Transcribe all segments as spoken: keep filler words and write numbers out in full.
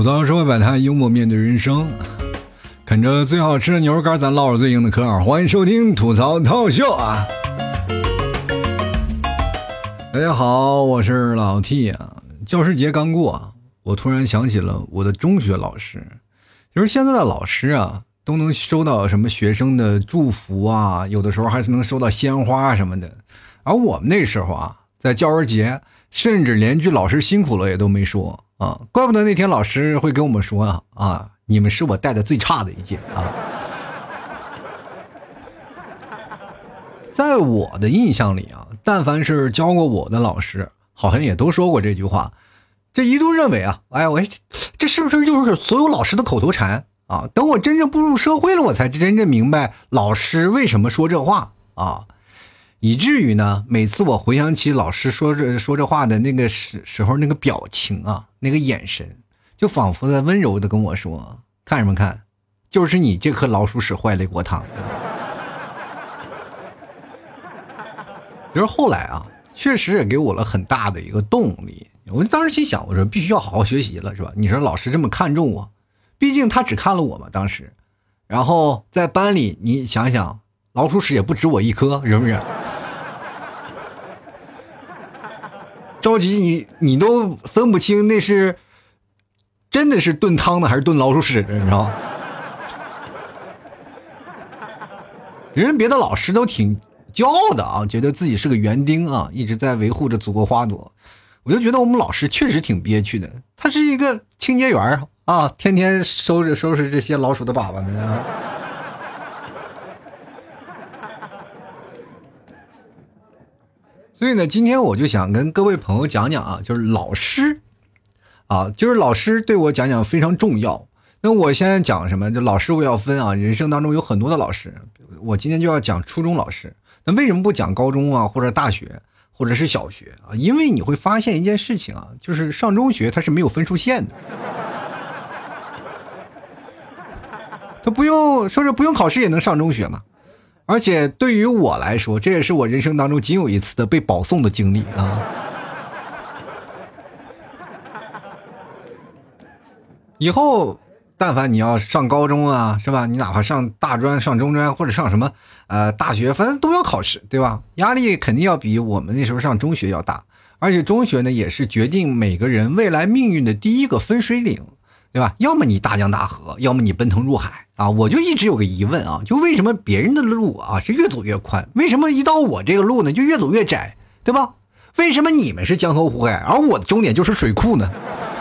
吐槽社会百态，幽默面对人生，啃着最好吃的牛肉干，咱唠着最硬的嗑儿。欢迎收听吐槽套秀啊！大家好，我是老 T 啊。教师节刚过，我突然想起了我的中学老师。就是现在的老师啊，都能收到什么学生的祝福啊，有的时候还是能收到鲜花什么的。而我们那时候啊，在教师节，甚至连句老师辛苦了也都没说啊，怪不得那天老师会跟我们说啊啊，你们是我带的最差的一届啊。在我的印象里啊，但凡是教过我的老师，好像也都说过这句话。这一度认为啊，哎喂，这是不是就是所有老师的口头禅啊？等我真正步入社会了，我才真正明白老师为什么说这话啊。以至于呢，每次我回想起老师说这说这话的那个时时候那个表情啊，那个眼神，就仿佛在温柔的跟我说：“看什么看？就是你这颗老鼠屎坏了一锅汤。”其实后来啊，确实也给我了很大的一个动力。我当时心想，我说必须要好好学习了，是吧？你说老师这么看重我，毕竟他只看了我嘛，当时。然后在班里，你想想，老鼠屎也不止我一颗，是不是？着急你你都分不清那是真的是炖汤的还是炖老鼠屎的，你知道吗？人别的老师都挺骄傲的啊，觉得自己是个园丁啊，一直在维护着祖国花朵。我就觉得我们老师确实挺憋屈的，他是一个清洁员啊，天天收拾收拾这些老鼠的粑粑们啊。所以呢，今天我就想跟各位朋友讲讲啊，就是老师啊，就是老师对我讲讲非常重要。那我现在讲什么？就老师我要分啊，人生当中有很多的老师，我今天就要讲初中老师。那为什么不讲高中啊，或者大学，或者是小学啊？因为你会发现一件事情啊，就是上中学它是没有分数线的，他不用说是不用考试也能上中学嘛。而且对于我来说，这也是我人生当中仅有一次的被保送的经历啊。以后但凡你要上高中啊，是吧？你哪怕上大专、上中专或者上什么呃大学，反正都要考试，对吧？压力肯定要比我们那时候上中学要大。而且中学呢，也是决定每个人未来命运的第一个分水岭，对吧？要么你大江大河，要么你奔腾入海啊！我就一直有个疑问啊，就为什么别人的路啊是越走越宽，为什么一到我这个路呢就越走越窄，对吧？为什么你们是江河湖海，而我的终点就是水库呢？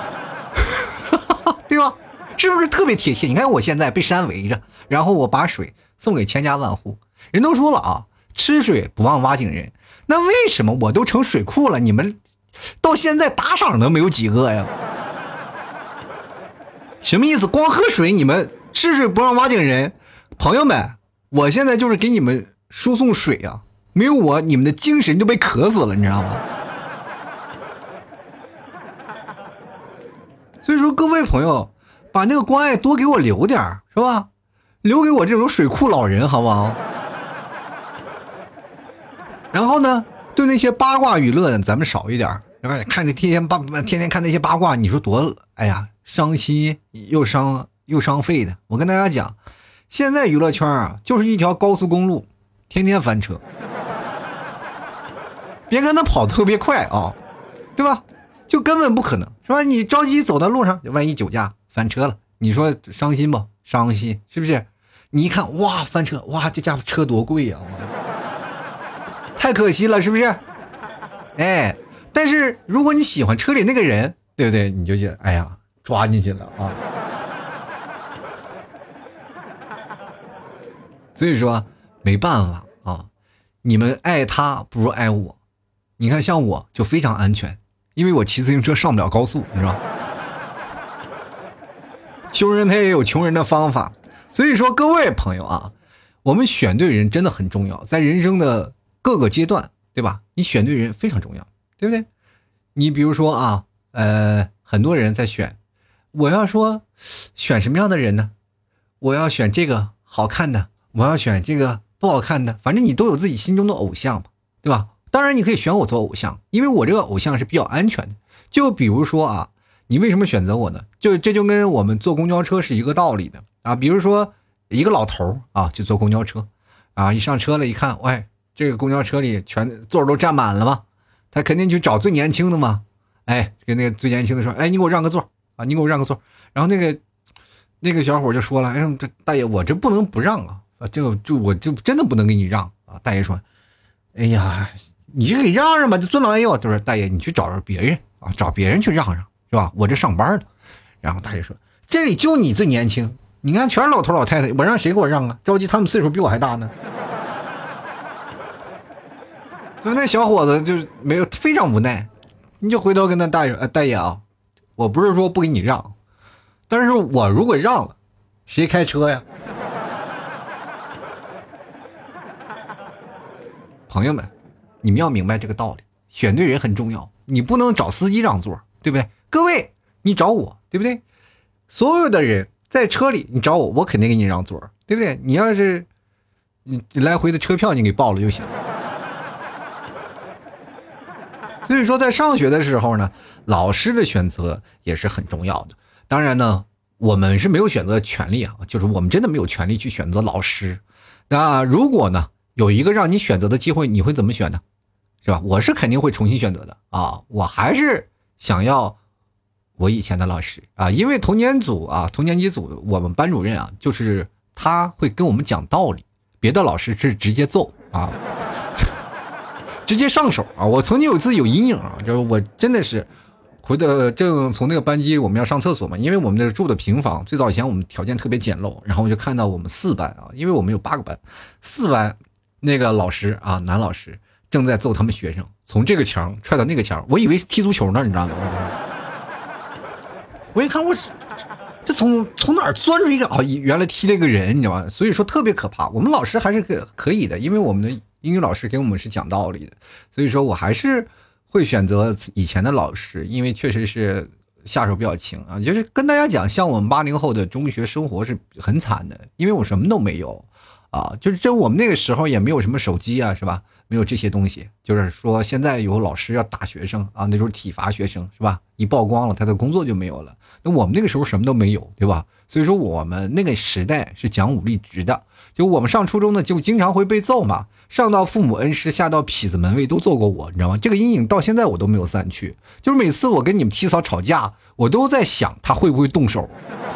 对吧？是不是特别贴切？你看我现在被山围着，然后我把水送给千家万户。人都说了啊，吃水不忘挖井人。那为什么我都成水库了，你们到现在打赏都没有几个呀？什么意思？光喝水你们吃水不让挖井人？朋友们，我现在就是给你们输送水啊，没有我你们的精神就被渴死了，你知道吗？所以说各位朋友，把那个关爱多给我留点，是吧？留给我这种水库老人，好不好？然后呢，对那些八卦娱乐呢，咱们少一点。看个天天八天天看那些八卦，你说多哎呀，伤心又伤又伤肺的。我跟大家讲，现在娱乐圈啊，就是一条高速公路，天天翻车。别跟他跑得特别快啊，对吧？就根本不可能，是吧？你着急走到路上，万一酒驾翻车了，你说伤心不？伤心，是不是？你一看，哇，翻车，哇，这家伙车多贵呀、啊，太可惜了，是不是？哎。但是如果你喜欢车里那个人，对不对？你就觉得哎呀，抓进去了啊。所以说没办法啊，你们爱他不如爱我。你看像我就非常安全，因为我骑自行车上不了高速，你知道。穷人他也有穷人的方法。所以说各位朋友啊，我们选对人真的很重要，在人生的各个阶段，对吧？你选对人非常重要。对不对？你比如说啊，呃，很多人在选，我要说选什么样的人呢？我要选这个好看的，我要选这个不好看的，反正你都有自己心中的偶像嘛，对吧？当然你可以选我做偶像，因为我这个偶像是比较安全的。就比如说啊， 你为什么选择我呢？就这就跟我们坐公交车是一个道理的啊。比如说一个老头啊，就坐公交车啊，一上车了，一看，喂，这个公交车里全座都占满了吗？他肯定去找最年轻的嘛。哎，跟那个最年轻的说，哎，你给我让个座啊，你给我让个座。然后那个那个小伙就说了，哎，这大爷，我这不能不让啊，啊，这个就我就真的不能给你让啊。大爷说，哎呀，你就给让让吧，就尊老爱幼。他说，大爷，你去找别人啊，找别人去让让，是吧？我这上班呢。然后大爷说，这里就你最年轻，你看全是老头老太太，我让谁给我让啊？着急他们岁数比我还大呢。所以那小伙子就没有，非常无奈。你就回头跟那大爷，呃，大爷啊，我不是说不给你让，但是我如果让了，谁开车呀？朋友们，你们要明白这个道理，选对人很重要，你不能找司机让座，对不对？各位，你找我，对不对？所有的人在车里，你找我，我肯定给你让座，对不对？你要是你来回的车票你给报了就行。所以说在上学的时候呢，老师的选择也是很重要的。当然呢，我们是没有选择权利啊，就是我们真的没有权利去选择老师。那如果呢有一个让你选择的机会，你会怎么选呢？是吧？我是肯定会重新选择的啊，我还是想要我以前的老师啊，因为同年组啊，同年级组我们班主任啊，就是他会跟我们讲道理，别的老师是直接揍啊。直接上手啊！我曾经有一次有阴影啊，就是我真的是回的正从那个班级，我们要上厕所嘛，因为我们这住的平房，最早以前我们条件特别简陋，然后我就看到我们四班啊，因为我们有八个班，四班那个老师啊，男老师正在揍他们学生，从这个墙踹到那个墙，我以为踢足球呢，你知道吗？我一看我这从从哪儿钻出一个啊，原来踢了一个人，你知道吗？所以说特别可怕。我们老师还是可可以的，因为我们的英语老师给我们是讲道理的，所以说我还是会选择以前的老师，因为确实是下手比较轻啊。就是跟大家讲，像我们八零后的中学生活是很惨的，因为我什么都没有啊，就是这我们那个时候也没有什么手机啊，是吧？没有这些东西，就是说现在有老师要打学生啊，那时候体罚学生是吧？一曝光了，他的工作就没有了。那我们那个时候什么都没有，对吧？所以说我们那个时代是讲武力值的，就我们上初中呢，就经常会被揍嘛，上到父母恩师，下到痞子门卫都揍过我，你知道吗？这个阴影到现在我都没有散去。就是每次我跟你们提嫂吵架，我都在想他会不会动手，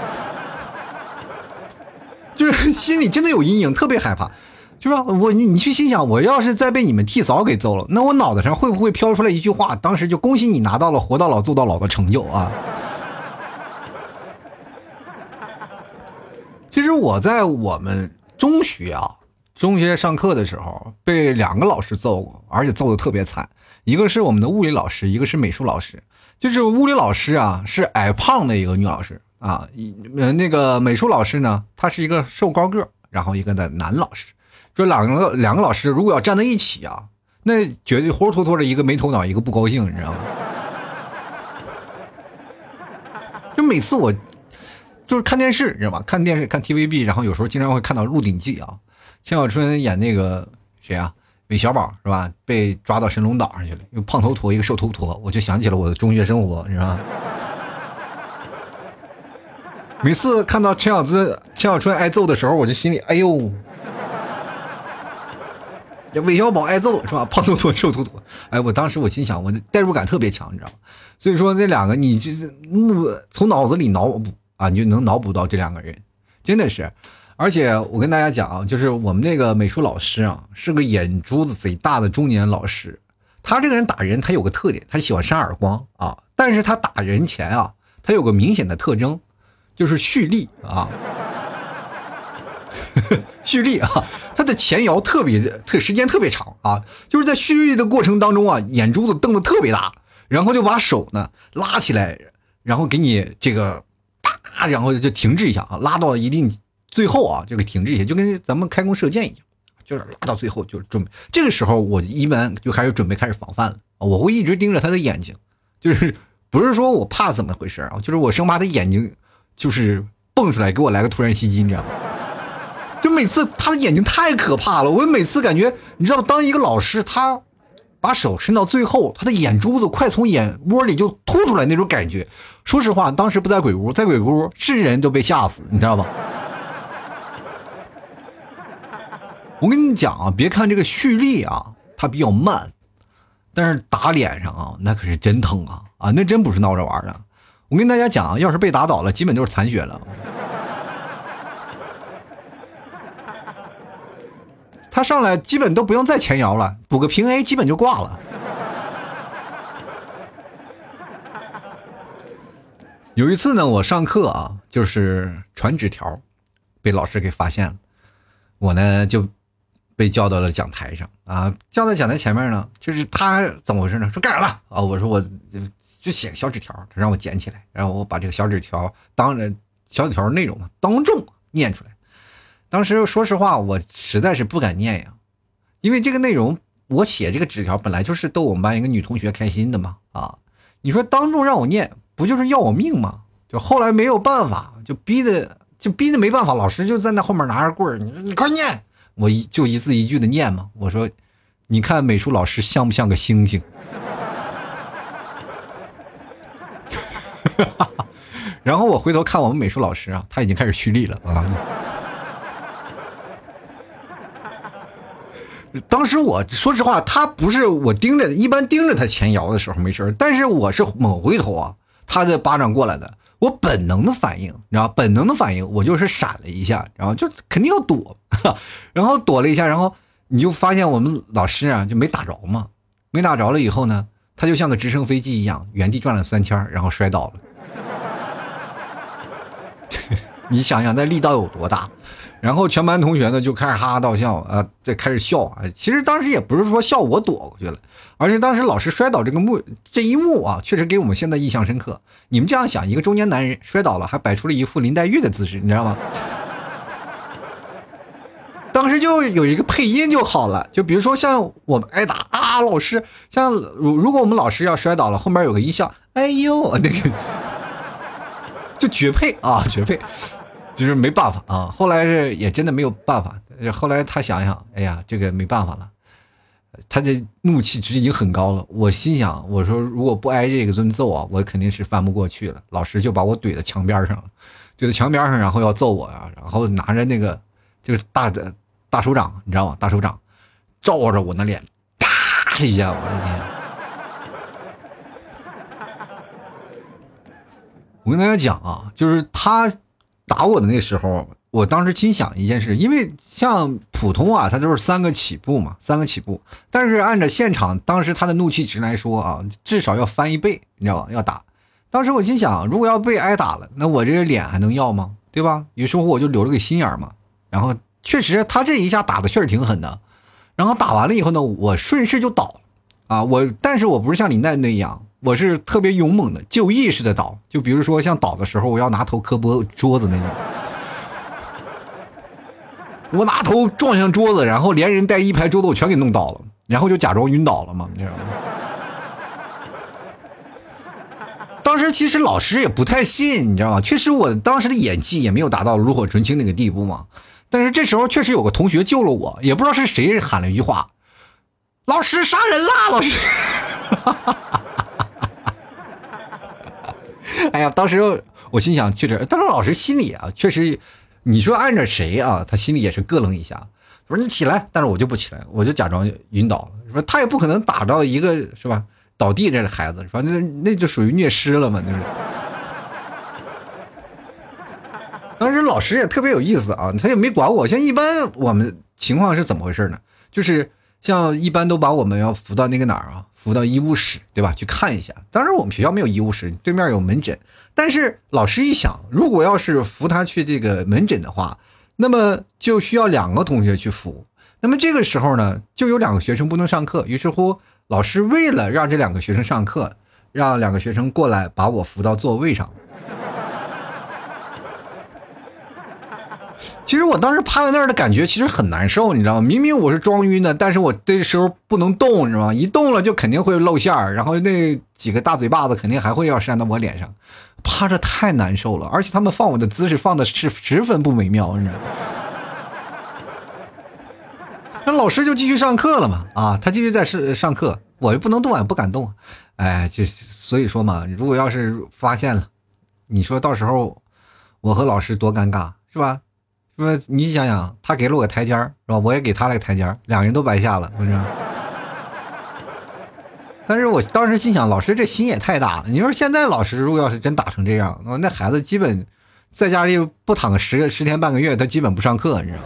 就是心里真的有阴影，特别害怕。就是我你你去心想，我要是再被你们替嫂给揍了，那我脑袋上会不会飘出来一句话？当时就恭喜你拿到了活到老揍到老的成就啊！其实我在我们中学啊，中学上课的时候被两个老师揍过，而且揍得特别惨。一个是我们的物理老师，一个是美术老师。就是物理老师啊，是矮胖的一个女老师啊，那个美术老师呢，她是一个瘦高个，然后一个的男老师。这两个两个老师如果要站在一起啊，那绝对活脱脱的一个没头脑，一个不高兴，你知道吗？就每次我就是看电视，你知道吗？看电视看 T V B， 然后有时候经常会看到《鹿鼎记》啊，陈小春演那个谁啊，韦小宝是吧？被抓到神龙岛上去了，一个胖头陀，一个瘦头陀，我就想起了我的中学生活，你知道吗？每次看到陈小春陈小春挨揍的时候，我就心里哎呦。韦小宝挨揍是吧？胖头陀瘦头陀，哎，我当时我心想，我的代入感特别强，你知道吗？所以说这两个你就是从脑子里脑补啊，你就能脑补到这两个人，真的是。而且我跟大家讲啊，就是我们那个美术老师啊，是个眼珠子贼大的中年老师。他这个人打人，他有个特点，他喜欢扇耳光啊，但是他打人前啊，他有个明显的特征，就是蓄力啊。蓄力啊，他的前摇特别特时间特别长啊，就是在蓄力的过程当中啊，眼珠子瞪得特别大，然后就把手呢拉起来，然后给你这个啪，然后就停滞一下啊，拉到一定最后啊，这个停滞一下，就跟咱们开弓射箭一样，就是拉到最后就是准备。这个时候我一般就开始准备开始防范了，我会一直盯着他的眼睛，就是不是说我怕怎么回事啊，就是我生怕他眼睛就是蹦出来给我来个突然袭击，你知道吗？就每次他的眼睛太可怕了，我每次感觉你知道，当一个老师他把手伸到最后，他的眼珠子快从眼窝里就凸出来那种感觉。说实话，当时不在鬼屋，在鬼屋是人都被吓死，你知道吧？我跟你讲啊，别看这个蓄力啊，它比较慢，但是打脸上啊，那可是真疼啊啊，那真不是闹着玩的。我跟大家讲，要是被打倒了，基本就是残血了。他上来基本都不用再前摇了，补个平 A 基本就挂了。有一次呢，我上课啊，就是传纸条，被老师给发现了，我呢就被叫到了讲台上啊，叫到讲台前面呢，就是他怎么回事呢？说干啥了啊？我说我就就写个小纸条，他让我捡起来，然后我把这个小纸条当着小纸条内容嘛，当众念出来。当时说实话，我实在是不敢念呀，因为这个内容我写这个纸条本来就是逗我们班一个女同学开心的嘛啊！你说当众让我念，不就是要我命吗？就后来没有办法，就逼的就逼的没办法，老师就在那后面拿着棍儿，你你快念，我一就一字一句的念嘛。我说，你看美术老师像不像个星星？然后我回头看我们美术老师啊，他已经开始蓄力了啊。当时我说实话，他不是我盯着，一般盯着他前摇的时候没事，但是我是猛回头啊，他的巴掌过来的，我本能的反应，你知道，本能的反应，我就是闪了一下，然后就肯定要躲，然后躲了一下，然后你就发现我们老师啊就没打着嘛，没打着了以后呢，他就像个直升飞机一样原地转了三圈，然后摔倒了。你想想那力道有多大，然后全班同学呢就开始哈哈大笑啊，这开始笑啊。其实当时也不是说笑我躲过去了，而是当时老师摔倒这个幕这一幕啊，确实给我们现在印象深刻。你们这样想，一个中年男人摔倒了，还摆出了一副林黛玉的姿势，你知道吗？当时就有一个配音就好了，就比如说像我们挨打啊，老师像如如果我们老师要摔倒了，后面有个音效，哎呦那个。就绝配啊，绝配，就是没办法啊。后来是也真的没有办法。后来他想想，哎呀，这个没办法了，他这怒气值已经很高了。我心想，我说如果不挨这个顿揍啊，我肯定是翻不过去了。老师就把我怼在墙边上了，怼在墙边上，然后要揍我啊，然后拿着那个就是大的大手掌，你知道吗？大手掌照着我那脸，啪一下，我的天！我跟大家讲啊，就是他打我的那时候，我当时心想一件事，因为像普通啊，他都是三个起步嘛，三个起步，但是按照现场当时他的怒气值来说啊，至少要翻一倍，你知道吧？要打。当时我心想，如果要被挨打了，那我这个脸还能要吗？对吧？于是乎我就留了个心眼嘛。然后确实他这一下打的确实挺狠的，然后打完了以后呢，我顺势就倒了啊，我但是我不是像李奈那样。我是特别勇猛的，就意识的倒，就比如说像倒的时候，我要拿头磕玻桌子那种，我拿头撞向桌子，然后连人带一排桌子我全给弄倒了，然后就假装晕倒了嘛，你知道吗？当时其实老师也不太信，你知道吗？确实我当时的演技也没有达到炉火纯青那个地步嘛，但是这时候确实有个同学救了我，也不知道是谁喊了一句话：“老师杀人啦！”老师。哎呀，当时我心想，确实，但是老师心里啊，确实，你说按着谁啊，他心里也是咯楞一下。我说你起来，但是我就不起来，我就假装晕倒了。说他也不可能打到一个是吧倒地这个孩子，说那那就属于虐尸了嘛，就是。当时老师也特别有意思啊，他也没管我。像一般我们情况是怎么回事呢？就是像一般都把我们要扶到那个哪儿啊？扶到医务室，对吧？去看一下。当然我们学校没有医务室，对面有门诊。但是老师一想，如果要是扶他去这个门诊的话，那么就需要两个同学去扶。那么这个时候呢，就有两个学生不能上课。于是乎，老师为了让这两个学生上课，让两个学生过来把我扶到座位上。其实我当时趴在那儿的感觉其实很难受，你知道吗？明明我是装晕的，但是我这时候不能动，你知道吗？一动了就肯定会露馅儿，然后那几个大嘴巴子肯定还会要扇到我脸上，趴着太难受了，而且他们放我的姿势放的是十分不美妙，你知道吗？那老师就继续上课了嘛，啊，他继续在上上课， 我又不能动啊，不敢动。哎，就所以说嘛，如果要是发现了，你说到时候我和老师多尴尬，是吧？是吧？你想想，他给了我个台阶儿，是吧？我也给他了个台阶儿，两个人都白下了，不是？但是我当时心想，老师这心也太大了。你说现在老师如果要是真打成这样，那孩子基本在家里不躺个十个十天半个月，他基本不上课，你知道吗？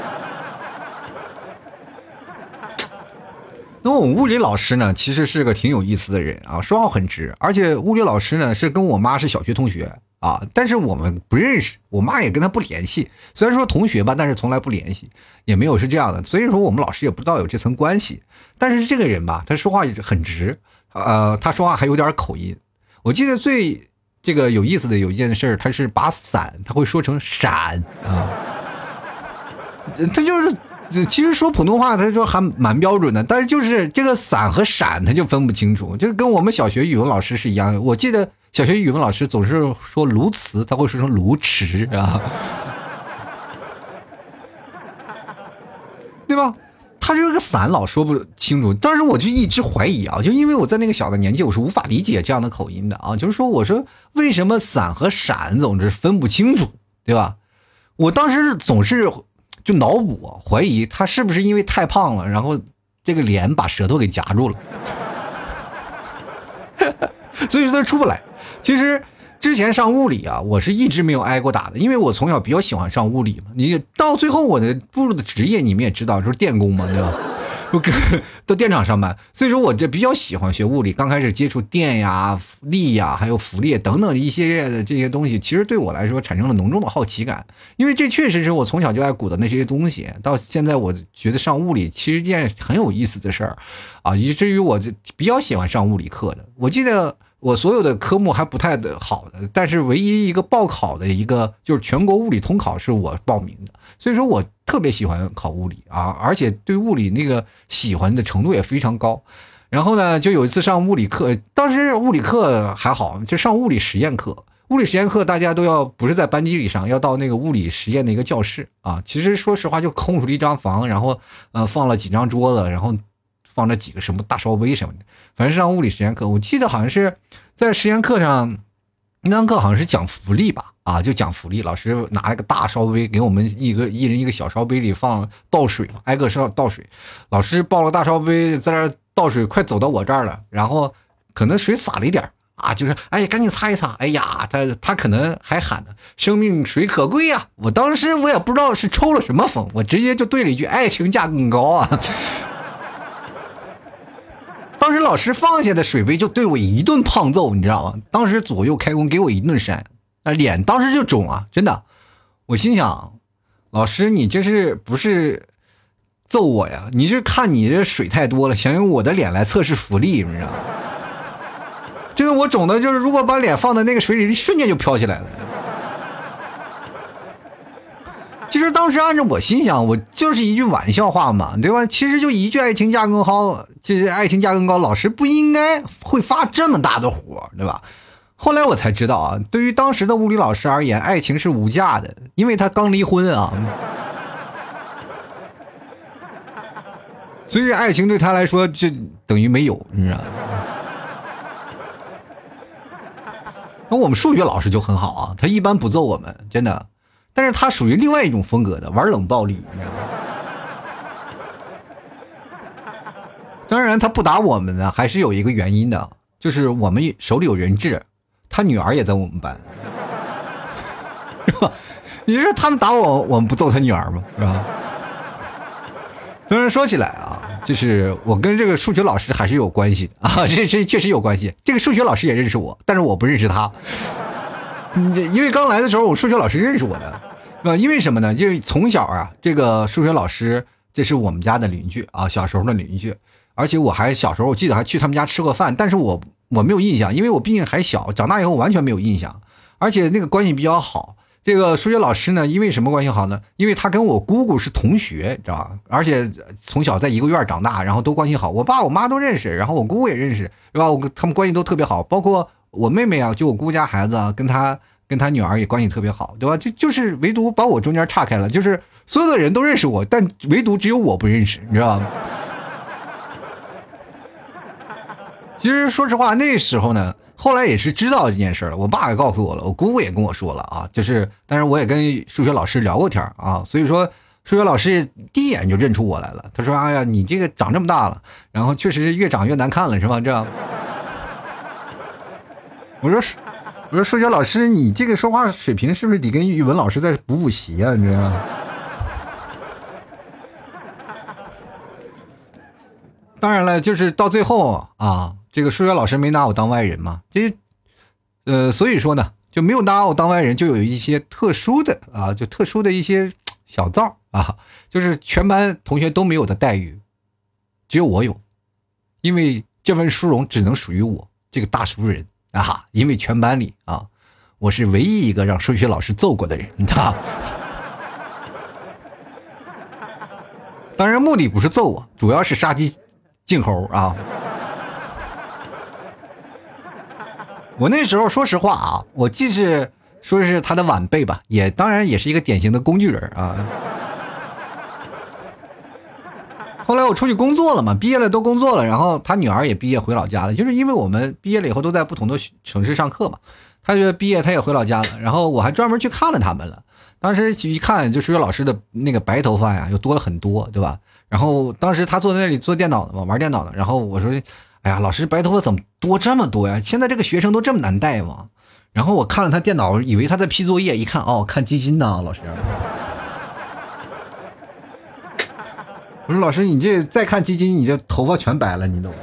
那么我们物理老师呢，其实是个挺有意思的人啊，说话很直，而且物理老师呢是跟我妈是小学同学啊，但是我们不认识，我妈也跟他不联系，虽然说同学吧，但是从来不联系，也没有是这样的，所以说我们老师也不知道有这层关系。但是这个人吧，他说话很直，呃，他说话还有点口音。我记得最这个有意思的有一件事，他是把伞他会说成闪啊，他就是。其实说普通话他就还蛮标准的，但是就是这个伞和闪他就分不清楚，就跟我们小学语文老师是一样的。我记得小学语文老师总是说鸬鹚，他会说成鸬鹚啊，对吧？他这个伞老说不清楚，当时我就一直怀疑啊，就因为我在那个小的年纪，我是无法理解这样的口音的啊，就是说我说为什么伞和闪总是分不清楚，对吧？我当时总是。就脑补怀疑他是不是因为太胖了，然后这个脸把舌头给夹住了，所以说他出不来。其实之前上物理啊，我是一直没有挨过打的，因为我从小比较喜欢上物理嘛。你到最后我的步入的职业，你们也知道，就是电工嘛，对吧？我跟到电厂上班，所以说我这比较喜欢学物理。刚开始接触电呀、力呀，还有浮力等等一系列的这些东西，其实对我来说产生了浓重的好奇感，因为这确实是我从小就爱鼓的那些东西。到现在我觉得上物理其实件很有意思的事儿啊，以至于我比较喜欢上物理课的。我记得我所有的科目还不太的好的，但是唯一一个报考的一个就是全国物理通考是我报名的，所以说我特别喜欢考物理啊，而且对物理那个喜欢的程度也非常高。然后呢，就有一次上物理课，当时物理课还好，就上物理实验课。物理实验课大家都要不是在班级里上，要到那个物理实验的一个教室啊。其实说实话，就空出了一张房，然后呃放了几张桌子，然后放着几个什么大烧杯什么的，反正是上物理实验课。我记得好像是在实验课上。那堂课好像是讲浮力吧，啊，就讲浮力。老师拿了个大烧杯，给我们一个一人一个小烧杯里放倒水，挨个是倒水。老师抱了大烧杯在那倒水，快走到我这儿了，然后可能水洒了一点啊，就是哎，赶紧擦一擦。哎呀，他他可能还喊呢，生命水可贵啊！我当时我也不知道是抽了什么风，我直接就对了一句，爱情价更高啊。当时老师放下的水杯就对我一顿胖揍，你知道吗？当时左右开弓给我一顿扇，啊，脸当时就肿啊，真的。我心想，老师你这是不是揍我呀？你是看你这水太多了，想用我的脸来测试浮力，你知道吗？真的，我肿的就是如果把脸放在那个水里，瞬间就飘起来了。其实当时按照我心想，我就是一句玩笑话嘛，对吧？其实就一句爱情价更高，其实爱情价更高，老师不应该会发这么大的火，对吧？后来我才知道啊，对于当时的物理老师而言，爱情是无价的，因为他刚离婚啊，所以爱情对他来说就等于没有，你知道吗？那我们数学老师就很好啊，他一般不揍我们，真的。但是他属于另外一种风格的，玩冷暴力，你知道吗？当然他不打我们呢，还是有一个原因的，就是我们手里有人质，他女儿也在我们班，是吧？你说他们打我，我们不揍他女儿吗？是吧？当然说起来啊，就是我跟这个数学老师还是有关系的啊，这这确实有关系。这个数学老师也认识我，但是我不认识他。因为刚来的时候，我数学老师认识我的，是吧？因为什么呢？因为从小啊，这个数学老师这是我们家的邻居啊，小时候的邻居，而且我还小时候我记得还去他们家吃过饭，但是我我没有印象，因为我毕竟还小，长大以后完全没有印象，而且那个关系比较好。这个数学老师呢，因为什么关系好呢？因为他跟我姑姑是同学，知道吧？而且从小在一个院长大，然后都关系好，我爸我妈都认识，然后我姑姑也认识，是吧？我他们关系都特别好，包括我妹妹啊，就我姑家孩子啊，跟他跟他女儿也关系特别好，对吧？就就是唯独把我中间岔开了，就是所有的人都认识我，但唯独只有我不认识，你知道吗？ 其实说实话，那时候呢，后来也是知道这件事了。我爸也告诉我了，我姑姑也跟我说了啊，就是，但是我也跟数学老师聊过天啊，所以说数学老师第一眼就认出我来了。他说：“哎呀，你这个长这么大了，然后确实越长越难看了，是吧？”这样。我说：“我说数学老师，你这个说话水平是不是得跟语文老师在补补习啊？你知道吗？”当然了，就是到最后啊，这个数学老师没拿我当外人嘛，这，呃，所以说呢，就没有拿我当外人，就有一些特殊的啊，就特殊的一些小灶啊，就是全班同学都没有的待遇，只有我有，因为这份殊荣只能属于我这个大熟人啊，因为全班里啊，我是唯一一个让数学老师揍过的人，你知道。当然，目的不是揍我，主要是杀鸡儆猴啊！我那时候说实话啊，我既是说是他的晚辈吧，也当然也是一个典型的工具人啊。后来我出去工作了嘛，毕业了都工作了，然后他女儿也毕业回老家了，就是因为我们毕业了以后都在不同的城市上课嘛，他就毕业他也回老家了，然后我还专门去看了他们了。当时一看，就数学老师的那个白头发呀，又多了很多，对吧？然后当时他坐在那里做电脑的嘛，玩电脑的。然后我说：“哎呀，老师白头发怎么多这么多呀？现在这个学生都这么难带吗？”然后我看了他电脑，以为他在批作业，一看哦，看基金呢，老师。我说：“老师，你这再看基金，你这头发全白了，你懂。”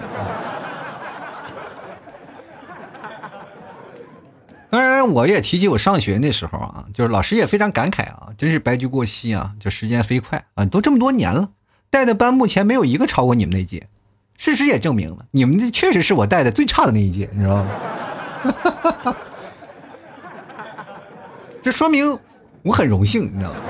当然，我也提起我上学那时候啊，就是老师也非常感慨啊，真是白驹过隙啊，就时间飞快啊，都这么多年了。带的班目前没有一个超过你们那届，事实也证明了，你们这确实是我带的最差的那一届，你知道吗？这说明我很荣幸，你知道吗？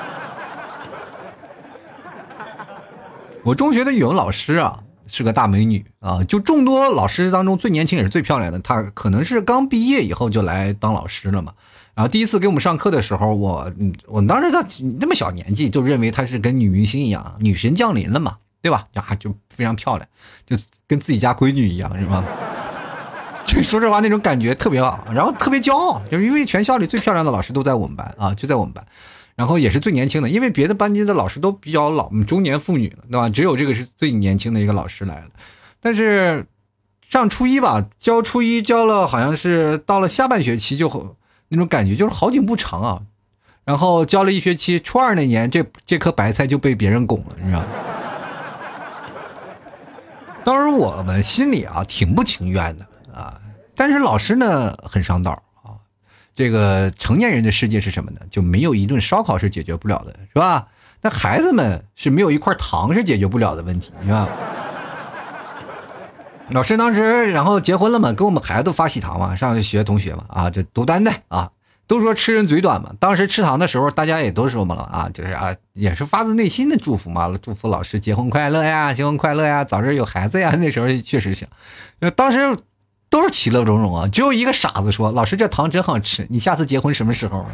我中学的语文老师啊，是个大美女啊，就众多老师当中最年轻也是最漂亮的，她可能是刚毕业以后就来当老师了嘛。然后第一次给我们上课的时候，我我当时她那么小年纪就认为她是跟女明星一样，女神降临了嘛，对吧？呀，就非常漂亮，就跟自己家闺女一样，是吧？这说实话那种感觉特别好，然后特别骄傲，就是因为全校里最漂亮的老师都在我们班啊，就在我们班，然后也是最年轻的，因为别的班级的老师都比较老，中年妇女了，对吧？只有这个是最年轻的一个老师来了。但是上初一吧，教初一教了，好像是到了下半学期就那种感觉就是好景不长啊。然后教了一学期，初二那年这这颗白菜就被别人拱了，你知道吗？当时我们心里啊挺不情愿的啊，但是老师呢很上道啊。这个成年人的世界是什么呢？就没有一顿烧烤是解决不了的，是吧？那孩子们是没有一块糖是解决不了的问题，是吧？老师当时然后结婚了嘛，给我们孩子发喜糖嘛，上学同学嘛啊，这独担待啊，都说吃人嘴短嘛。当时吃糖的时候，大家也都说嘛了啊，就是啊，也是发自内心的祝福嘛，祝福老师结婚快乐呀，结婚快乐呀，早日有孩子呀。那时候确实想，当时都是其乐融融啊，只有一个傻子说：“老师这糖真好吃，你下次结婚什么时候？”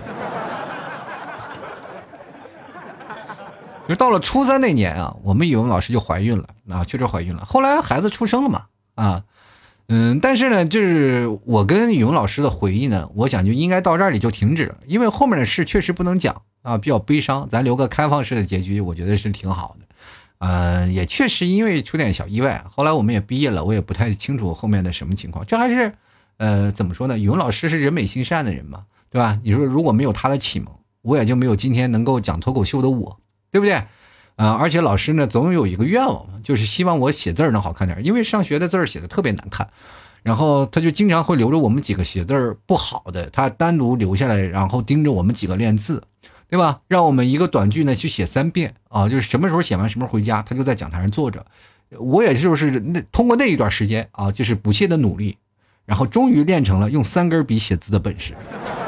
就到了初三那年啊，我们语文老师就怀孕了啊，确实怀孕了。后来孩子出生了嘛，啊，嗯，但是呢，就是我跟语文老师的回忆呢，我想就应该到这里就停止了，因为后面的事确实不能讲啊，比较悲伤，咱留个开放式的结局，我觉得是挺好的。呃，也确实因为出点小意外，后来我们也毕业了，我也不太清楚后面的什么情况。这还是，呃，怎么说呢？语文老师是人美心善的人嘛，对吧？你说如果没有他的启蒙，我也就没有今天能够讲脱口秀的我。对不对？啊、呃，而且老师呢，总有一个愿望，就是希望我写字能好看点，因为上学的字写的特别难看，然后他就经常会留着我们几个写字不好的，他单独留下来，然后盯着我们几个练字，对吧？让我们一个短句呢去写三遍啊，就是什么时候写完什么时候回家，他就在讲台上坐着。我也就是那通过那一段时间啊，就是不懈的努力，然后终于练成了用三根笔写字的本事。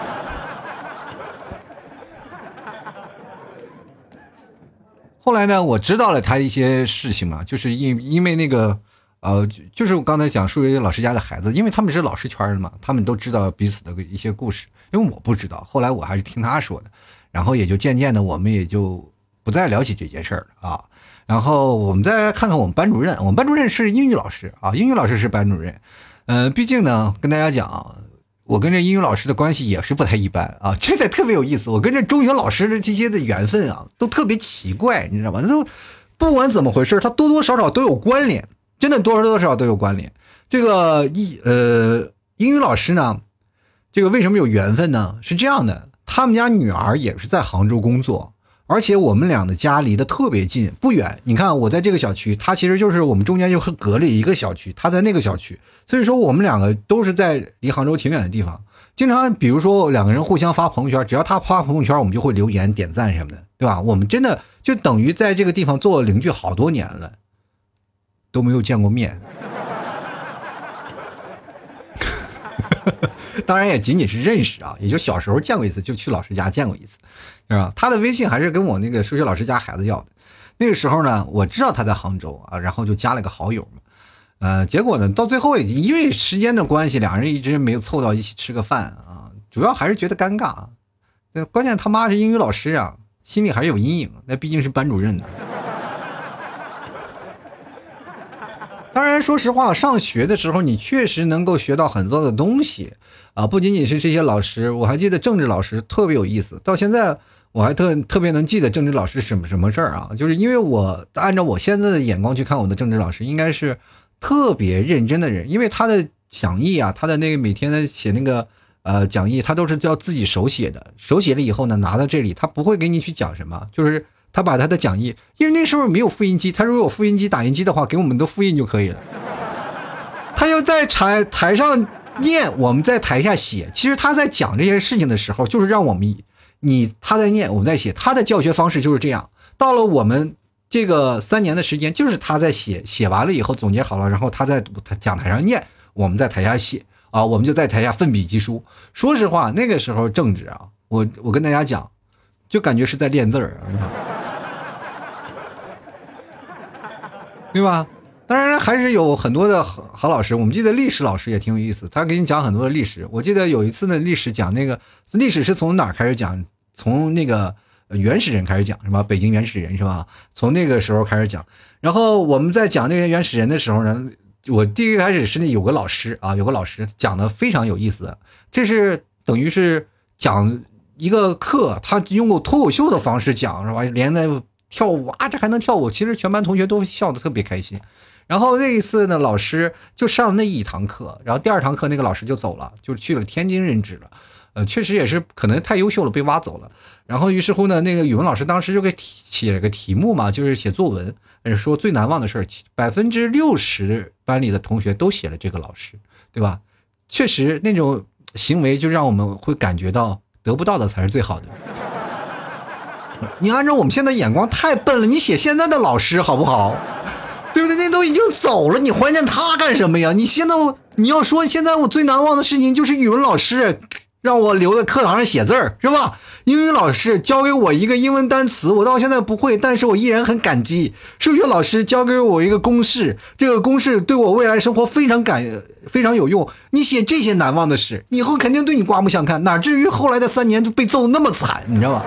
后来呢，我知道了他一些事情嘛，就是因因为那个，呃，就是我刚才讲数学老师家的孩子，因为他们是老师圈的嘛，他们都知道彼此的一些故事，因为我不知道，后来我还是听他说的，然后也就渐渐的，我们也就不再聊起这件事儿了啊。然后我们再来看看我们班主任，我们班主任是英语老师啊，英语老师是班主任。呃，毕竟呢，跟大家讲，我跟这英语老师的关系也是不太一般啊，真的特别有意思。我跟这中学老师的这些的缘分啊，都特别奇怪，你知道吗？都不管怎么回事，他多多少少都有关联，真的多多少少都有关联。这个一呃，英语老师呢，这个为什么有缘分呢？是这样的，他们家女儿也是在杭州工作。而且我们俩的家离得特别近，不远。你看我在这个小区，他其实就是我们中间就隔了一个小区，他在那个小区，所以说我们两个都是在离杭州挺远的地方。经常比如说两个人互相发朋友圈，只要他发朋友圈，我们就会留言点赞什么的，对吧？我们真的就等于在这个地方做邻居好多年了，都没有见过面。当然也仅仅是认识啊，也就小时候见过一次，就去老师家见过一次，是吧？他的微信还是跟我那个数学老师家孩子要的。那个时候呢，我知道他在杭州啊，然后就加了个好友嘛。呃，结果呢，到最后也因为时间的关系，两人一直没有凑到一起吃个饭啊，主要还是觉得尴尬。那关键他妈是英语老师啊，心里还是有阴影，那毕竟是班主任呢。当然说实话，上学的时候你确实能够学到很多的东西啊，不仅仅是这些老师，我还记得政治老师特别有意思，到现在我还特特别能记得政治老师什么什么事儿啊，就是因为我按照我现在的眼光去看我的政治老师，应该是特别认真的人，因为他的讲义啊，他的那个每天的写那个呃讲义，他都是叫自己手写的，手写了以后呢拿到这里，他不会给你去讲什么，就是他把他的讲义，因为那时候没有复印机，他如果有复印机打印机的话，给我们都复印就可以了。他要在台台上念，我们在台下写。其实他在讲这些事情的时候，就是让我们你他在念，我们在写。他的教学方式就是这样。到了我们这个三年的时间，就是他在写，写完了以后总结好了，然后他在讲台上念，我们在台下写啊，我们就在台下奋笔疾书。说实话，那个时候政治啊，我我跟大家讲，就感觉是在练字儿。对吧？当然还是有很多的好好老师，我们记得历史老师也挺有意思，他给你讲很多的历史。我记得有一次呢，历史讲那个历史是从哪儿开始讲？从那个原始人开始讲，是吧？北京原始人是吧？从那个时候开始讲。然后我们在讲那些原始人的时候呢，我第一开始是那有个老师啊，有个老师讲的非常有意思，这是等于是讲一个课，他用过脱口秀的方式讲，是吧？连那跳舞啊，这还能跳舞，其实全班同学都笑得特别开心。然后那一次呢，老师就上那一堂课，然后第二堂课那个老师就走了，就去了天津任职了。呃，确实也是可能太优秀了，被挖走了。然后于是乎呢，那个语文老师当时就给写了个题目嘛，就是写作文，说最难忘的事儿，百分之六十班里的同学都写了这个老师，对吧？确实那种行为就让我们会感觉到得不到的才是最好的。你按照我们现在眼光太笨了，你写现在的老师好不好？对不对？那都已经走了，你怀念他干什么呀？你现在我你要说现在我最难忘的事情就是语文老师让我留在课堂上写字儿，是吧？英语老师教给我一个英文单词，我到现在不会，但是我依然很感激。数学老师教给我一个公式，这个公式对我未来生活非常感非常有用。你写这些难忘的事，以后肯定对你刮目相看，哪至于后来的三年就被揍得那么惨，你知道吗？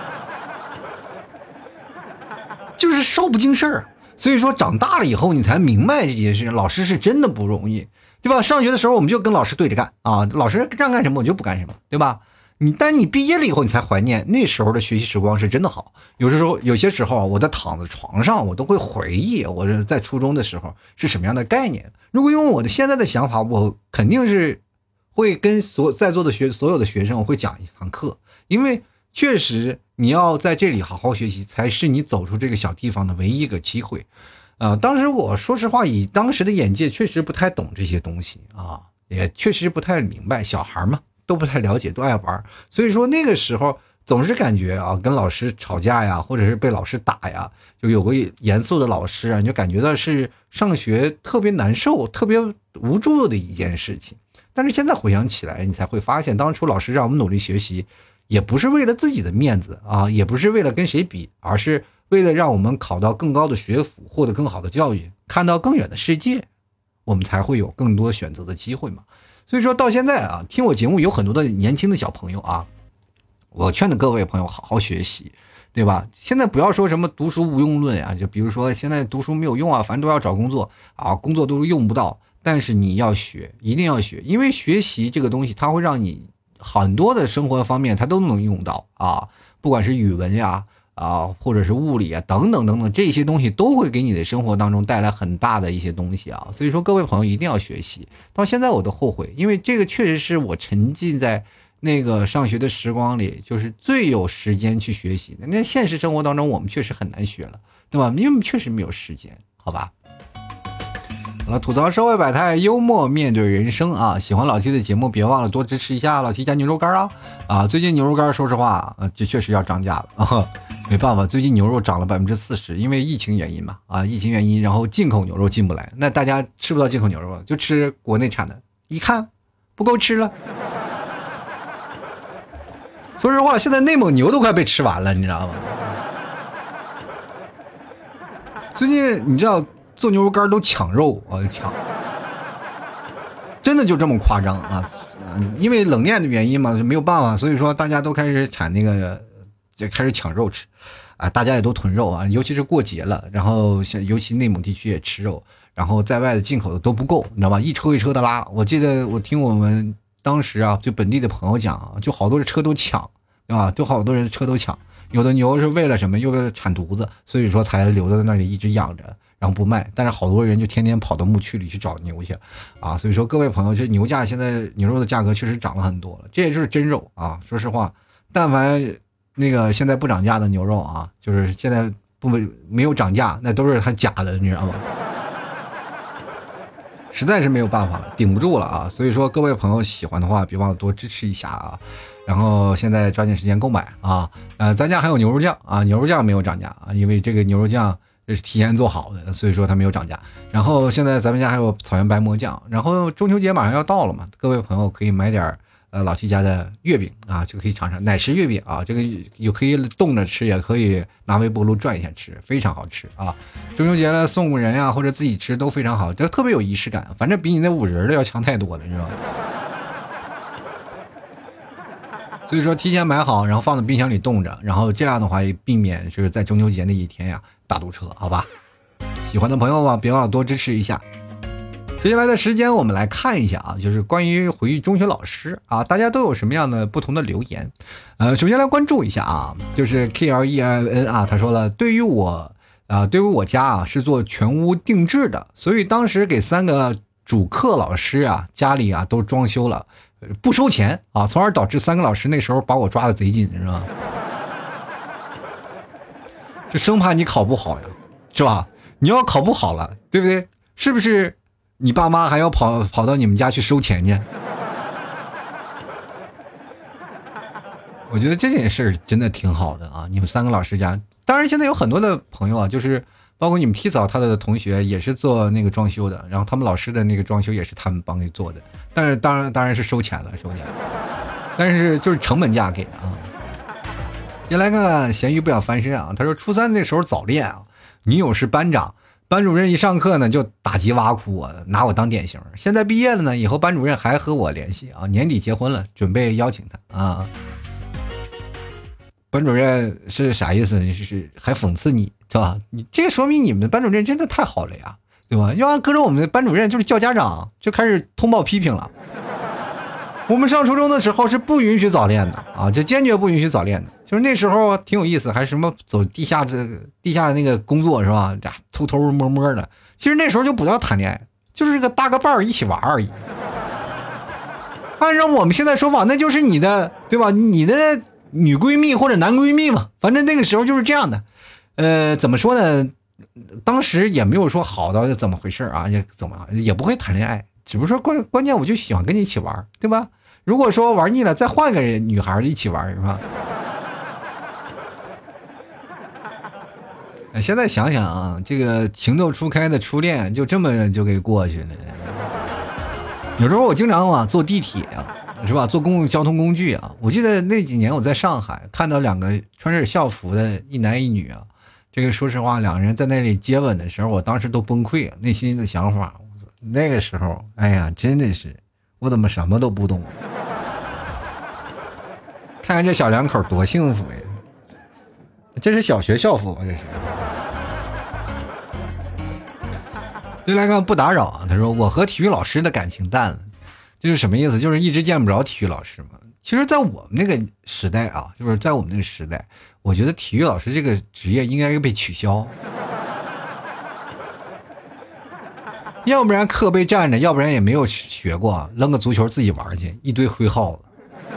就是少不经事儿。所以说长大了以后你才明白这件事，老师是真的不容易，对吧？上学的时候我们就跟老师对着干啊，老师让干什么我就不干什么，对吧？你但你毕业了以后你才怀念那时候的学习时光是真的好。有时候有些时候我在躺在床上我都会回忆我是在初中的时候是什么样的概念。如果用我的现在的想法，我肯定是会跟所在座的学所有的学生我会讲一堂课，因为确实你要在这里好好学习才是你走出这个小地方的唯一一个机会。呃，当时我说实话以当时的眼界确实不太懂这些东西啊，也确实不太明白，小孩嘛都不太了解，都爱玩，所以说那个时候总是感觉啊跟老师吵架呀，或者是被老师打呀，就有个严肃的老师啊，你就感觉到是上学特别难受特别无助的一件事情。但是现在回想起来你才会发现，当初老师让我们努力学习也不是为了自己的面子啊，也不是为了跟谁比，而是为了让我们考到更高的学府，获得更好的教育，看到更远的世界，我们才会有更多选择的机会嘛。所以说到现在啊，听我节目有很多的年轻的小朋友啊，我劝的各位朋友好好学习， 对吧？现在不要说什么读书无用论啊，就比如说现在读书没有用啊，反正都要找工作啊，工作都用不到。但是你要学，一定要学，因为学习这个东西，它会让你很多的生活方面它都能用到啊，不管是语文呀啊，或者是物理啊等等等等，这些东西都会给你的生活当中带来很大的一些东西啊。所以说，各位朋友一定要学习。到现在我都后悔，因为这个确实是我沉浸在那个上学的时光里，就是最有时间去学习的。那现实生活当中，我们确实很难学了，对吧？因为确实没有时间，好吧？好了，吐槽社会百态，幽默面对人生啊！喜欢老 T 的节目，别忘了多支持一下老 T 家牛肉干啊！啊，最近牛肉干说实话啊，就确实要涨价了啊，没办法，最近牛肉涨了百分之四十，因为疫情原因嘛啊，疫情原因，然后进口牛肉进不来，那大家吃不到进口牛肉了，就吃国内产的，一看不够吃了。说实话，现在内蒙牛都快被吃完了，你知道吗？最近你知道做牛肉干都抢肉啊，抢，真的就这么夸张啊！因为冷链的原因嘛，就没有办法，所以说大家都开始产那个，就开始抢肉吃啊，大家也都囤肉啊，尤其是过节了，然后像尤其内蒙地区也吃肉，然后在外的进口的都不够，你知道吧？一车一车的拉，我记得我听我们当时啊，就本地的朋友讲，就好多人车都抢，对吧？就好多人车都抢。有的牛是为了什么？又为了产犊子，所以说才留在那里一直养着，然后不卖。但是好多人就天天跑到牧区里去找牛去，啊，所以说各位朋友，这牛价现在牛肉的价格确实涨了很多了，这也就是真肉啊。说实话，但凡那个现在不涨价的牛肉啊，就是现在不没有涨价，那都是它假的，你知道吗？实在是没有办法了，顶不住了啊！所以说各位朋友喜欢的话，别忘了多支持一下啊！然后现在抓紧时间购买啊！呃，咱家还有牛肉酱啊，牛肉酱没有涨价啊，因为这个牛肉酱是提前做好的，所以说它没有涨价。然后现在咱们家还有草原白馍酱，然后中秋节马上要到了嘛，各位朋友可以买点呃老 T 家的月饼啊，就可以尝尝奶食月饼啊，这个有可以冻着吃，也可以拿微波炉转一下吃，非常好吃啊！中秋节了送人啊或者自己吃都非常好，就特别有仪式感，反正比你那五仁的要强太多了，你知道吗？所以说提前买好，然后放在冰箱里冻着，然后这样的话也避免是在中秋节那一天呀大堵车，好吧？喜欢的朋友啊，别忘了多支持一下。接下来的时间我们来看一下啊，就是关于回忆中学老师啊，大家都有什么样的不同的留言？呃，首先来关注一下啊，就是 K L E I N 啊，他说了，对于我啊、呃，对于我家啊是做全屋定制的，所以当时给三个主课老师啊家里啊都装修了。不收钱啊，从而导致三个老师那时候把我抓的贼紧，是吧？就生怕你考不好呀，是吧？你要考不好了，对不对？是不是你爸妈还要跑跑到你们家去收钱去？我觉得这件事真的挺好的啊！你们三个老师家，当然现在有很多的朋友啊，就是包括你们 T 嫂他的同学也是做那个装修的，然后他们老师的那个装修也是他们帮你做的，但是当然当然是收钱了，收钱了，但是就是成本价给的啊。先来看看咸鱼不想翻身啊，他说初三那时候早恋啊，女友是班长，班主任一上课呢就打击挖苦我，拿我当典型。现在毕业了呢，以后班主任还和我联系啊，年底结婚了，准备邀请他啊。班主任是啥意思？是还讽刺你，是吧？你这个说明你们的班主任真的太好了呀，对吧？要按搁着我们的班主任就是叫家长，就开始通报批评了。我们上初中的时候是不允许早恋的啊，这坚决不允许早恋的。就是那时候挺有意思，还什么走地下这个地下那个工作是吧？偷偷摸摸的。其实那时候就不叫谈恋爱，就是个搭个伴儿一起玩而已。按照我们现在说法，那就是你的对吧？你的女闺蜜或者男闺蜜嘛，反正那个时候就是这样的。呃，怎么说呢？当时也没有说好到怎么回事啊，也怎么也不会谈恋爱，只不过说关关键我就喜欢跟你一起玩，对吧？如果说玩腻了，再换个人女孩一起玩，是吧？现在想想啊，这个情窦初开的初恋就这么就给过去了。有时候我经常啊坐地铁啊，是吧？坐公共交通工具啊，我记得那几年我在上海看到两个穿着校服的一男一女啊，这个说实话，两个人在那里接吻的时候，我当时都崩溃了，内心的想法。那个时候，哎呀，真的是我怎么什么都不懂？看看这小两口多幸福呀！ 这是小学校服啊，这是。就来看不打扰啊，他说我和体育老师的感情淡了，这是什么意思？就是一直见不着体育老师嘛。其实，在我们那个时代啊，就是在我们那个时代，我觉得体育老师这个职业应该被取消，要不然课被占着，要不然也没有学过，扔个足球自己玩去，一堆灰耗子。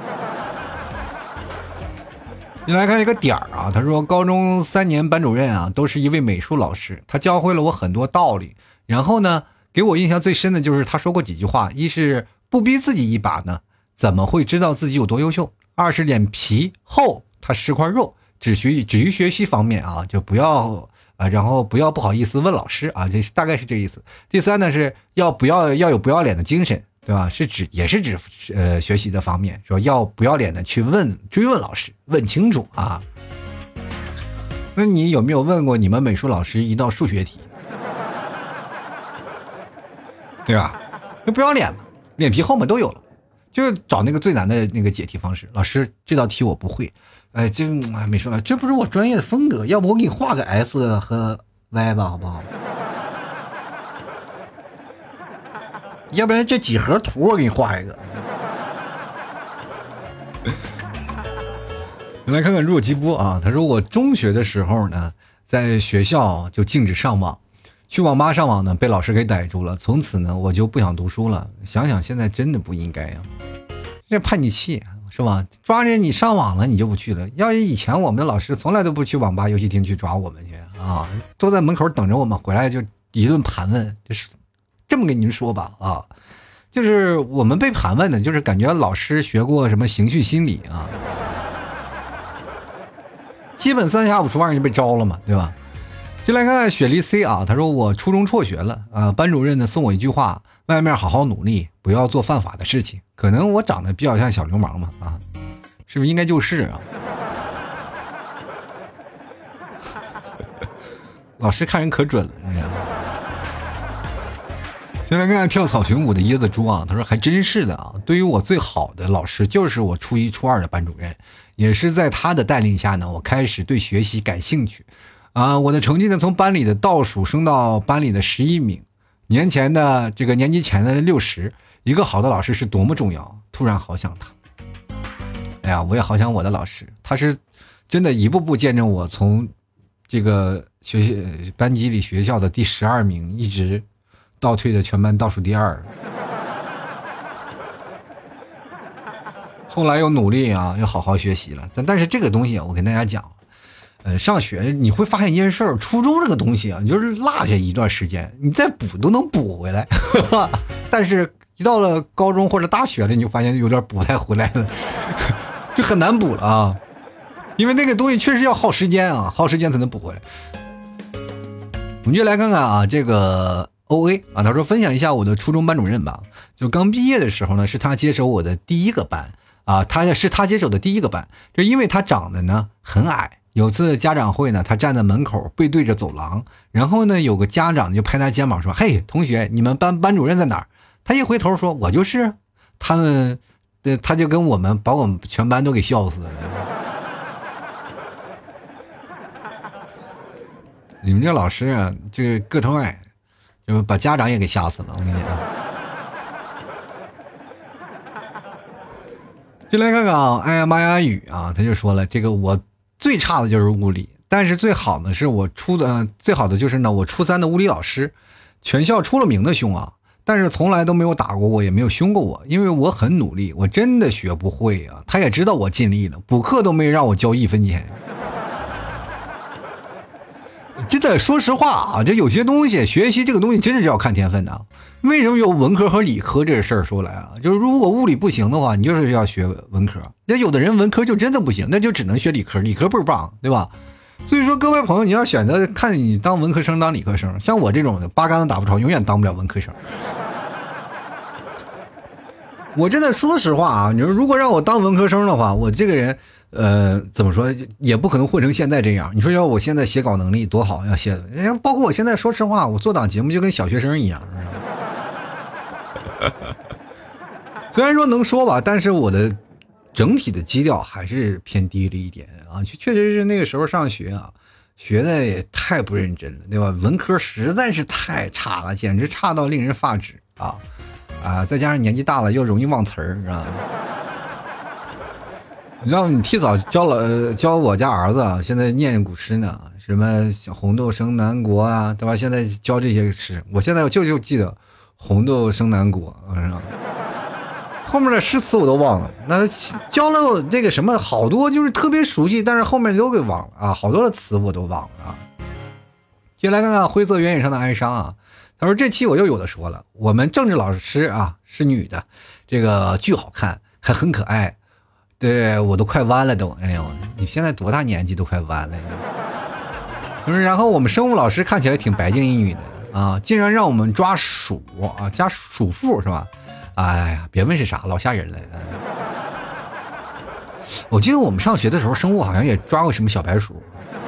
你来看一个点儿啊，他说高中三年班主任啊，都是一位美术老师，他教会了我很多道理。然后呢，给我印象最深的就是他说过几句话：一是不逼自己一把呢，怎么会知道自己有多优秀？二是脸皮厚，他是块肉，只学只于学习方面啊，就不要啊，然后不要不好意思问老师啊，这大概是这意思。第三呢是要不要要有不要脸的精神，对吧？是指也是指呃学习的方面，说要不要脸的去问追问老师，问清楚啊。那你有没有问过你们美术老师一道数学题？对吧？就不要脸嘛，脸皮厚嘛都有了，就是找那个最难的那个解题方式。老师，这道题我不会，哎，这哎没说了，这不是我专业的风格，要不我给你画个 S 和 Y 吧，好不好？要不然这几何图我给你画一个。我来看看若基波啊，他说我中学的时候呢，在学校就禁止上网。去网吧上网呢，被老师给逮住了。从此呢，我就不想读书了。想想现在真的不应该呀，这叛逆期是吧？抓着你上网了，你就不去了。要是以前我们的老师从来都不去网吧、游戏厅去抓我们去啊，都在门口等着我们回来就一顿盘问。就是这么跟您说吧啊，就是我们被盘问的，就是感觉老师学过什么刑讯心理啊，基本三下五除二就被招了嘛，对吧？就来看看雪梨 C 啊，他说我初中辍学了啊，班主任呢送我一句话，外面好好努力，不要做犯法的事情。可能我长得比较像小流氓嘛啊，是不是应该就是啊？老师看人可准了，你知道吗？就来看看跳草裙舞的椰子猪啊，他说还真是的啊，对于我最好的老师就是我初一初二的班主任，也是在他的带领下呢，我开始对学习感兴趣。啊，我的成绩呢，从班里的倒数升到班里的十一名，年前的这个年级前的六十。一个好的老师是多么重要，突然好想他。哎呀，我也好想我的老师，他是真的一步步见证我从这个学班级里学校的第十二名，一直倒退的全班倒数第二。后来又努力啊，又好好学习了。但但是这个东西啊，我跟大家讲。呃，上学你会发现一件事儿，初中这个东西啊，你就是落下一段时间，你再补都能补回来，呵呵，但是一到了高中或者大学了，你就发现有点补不太回来了，就很难补了啊，因为那个东西确实要耗时间啊，耗时间才能补回来。我们就来看看啊，这个 O A 啊，他说分享一下我的初中班主任吧，就刚毕业的时候呢，是他接手我的第一个班啊，他是他接手的第一个班，就因为他长得呢很矮。有次家长会呢，他站在门口背对着走廊，然后呢有个家长就拍他肩膀说，嘿同学，你们班班主任在哪儿？他一回头说，我就是。他们他就跟我们把我们全班都给笑死了。你们这老师啊，这个个头矮，就把家长也给吓死了，我跟你讲。就来看看啊，哎呀妈呀雨啊，他就说了，这个我最差的就是物理，但是最好的是我初的、呃、最好的就是呢，我初三的物理老师，全校出了名的凶啊，但是从来都没有打过我，也没有凶过我，因为我很努力，我真的学不会啊。他也知道我尽力了，补课都没让我交一分钱。真的，说实话啊，这有些东西学习这个东西真是要看天分的啊。为什么有文科和理科这事儿说来啊？就是如果物理不行的话，你就是要学文科。那有的人文科就真的不行，那就只能学理科，理科倍儿棒，对吧？所以说，各位朋友，你要选择看你当文科生当理科生。像我这种的八竿子打不着，永远当不了文科生。我真的说实话啊，你说如果让我当文科生的话，我这个人。呃，怎么说也不可能混成现在这样。你说要我现在写稿能力多好，要写，包括我现在说实话，我做档节目就跟小学生一样。虽然说能说吧，但是我的整体的基调还是偏低了一点啊，确确实是那个时候上学啊，学的也太不认真了，对吧？文科实在是太差了，简直差到令人发指啊啊！再加上年纪大了又容易忘词儿啊。你知道你提早教了教我家儿子啊，现在念古诗呢，什么红豆生南国啊，对吧？现在教这些诗，我现在就就记得红豆生南国啊，后面的诗词我都忘了。那教了这个什么好多就是特别熟悉，但是后面都给忘了啊，好多的词我都忘了啊。接下来看看灰色原野上的哀伤啊，他说这期我又有的说了，我们政治老师啊是女的，这个巨好看，还很可爱。对我都快弯了都，哎呦，你现在多大年纪都快弯了，就是然后我们生物老师看起来挺白净一女的啊，竟然让我们抓鼠啊，加鼠妇是吧？哎呀，别问是啥，老吓人了。我记得我们上学的时候，生物好像也抓过什么小白鼠，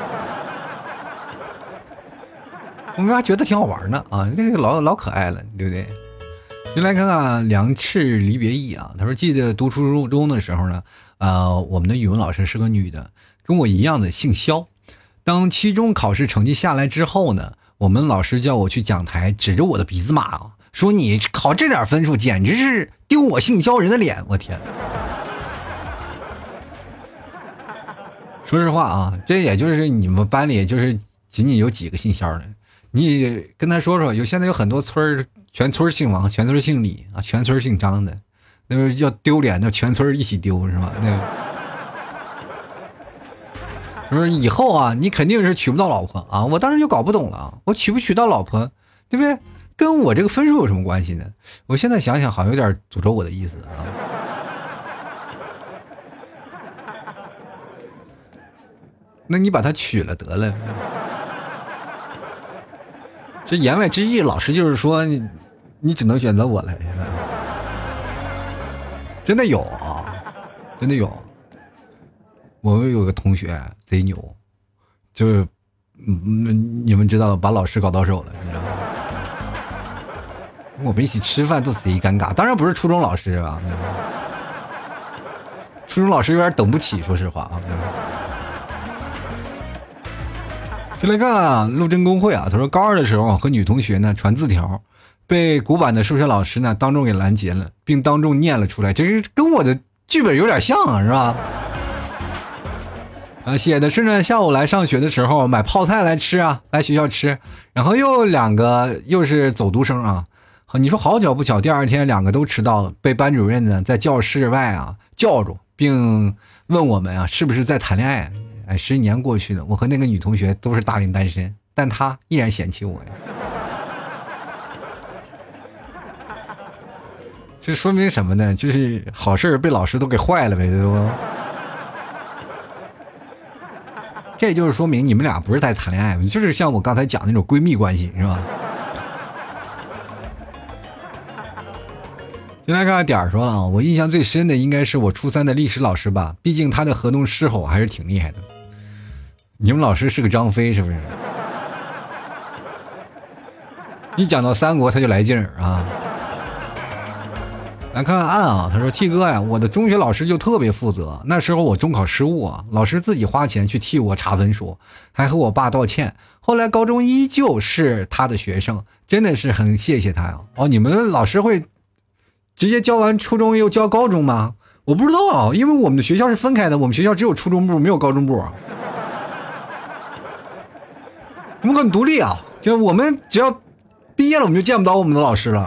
我们还觉得挺好玩呢啊，这个老老可爱了，对不对？就来看看梁赤离别意啊，他说记得读初中的时候呢，呃，我们的语文老师是个女的，跟我一样的姓肖。当期中考试成绩下来之后呢，我们老师叫我去讲台，指着我的鼻子骂啊，说你考这点分数简直是丢我姓肖人的脸，我天。说实话啊，这也就是你们班里就是仅仅有几个姓肖的，你跟他说说，有现在有很多村儿。全村姓王，全村姓李啊，全村姓张的，那个要丢脸的，全村一起丢是吧？那个，就是以后啊，你肯定是娶不到老婆啊！我当时就搞不懂了，我娶不娶到老婆，对不对？跟我这个分数有什么关系呢？我现在想想，好像有点诅咒我的意思啊。那你把他娶了得了。这言外之意，老师就是说你。你只能选择我了，真的有啊，真的有。我们有个同学贼牛，就是嗯，你们知道把老师搞到手了，你知道吗？我们一起吃饭都贼尴尬，当然不是初中老师啊，初中老师有点等不起，说实话啊。就来看啊，陆贞公会啊，他说高二的时候和女同学呢传字条。被古板的数学老师呢当众给拦截了，并当众念了出来，这是跟我的剧本有点像啊，是吧？呃，写的是呢，下午来上学的时候买泡菜来吃啊，来学校吃，然后又两个又是走读生啊，你说好巧不巧，第二天两个都迟到了，被班主任呢在教室外啊叫住，并问我们啊是不是在谈恋爱？哎，十年过去了，我和那个女同学都是大龄单身，但她依然嫌弃我呀。这说明什么呢？就是好事被老师都给坏了呗，对不？这就是说明你们俩不是在谈恋爱，就是像我刚才讲的那种闺蜜关系，是吧？先来看看点儿说了啊，我印象最深的应该是我初三的历史老师吧，毕竟他的河东狮吼还是挺厉害的。你们老师是个张飞是不是？一讲到三国他就来劲儿啊。来看看案啊，他说 T 哥呀，我的中学老师就特别负责，那时候我中考失误啊，老师自己花钱去替我查分数，还和我爸道歉，后来高中依旧是他的学生，真的是很谢谢他呀。哦，你们的老师会直接教完初中又教高中吗？我不知道啊，因为我们的学校是分开的，我们学校只有初中部没有高中部，我们很独立啊，就我们只要毕业了我们就见不到我们的老师了。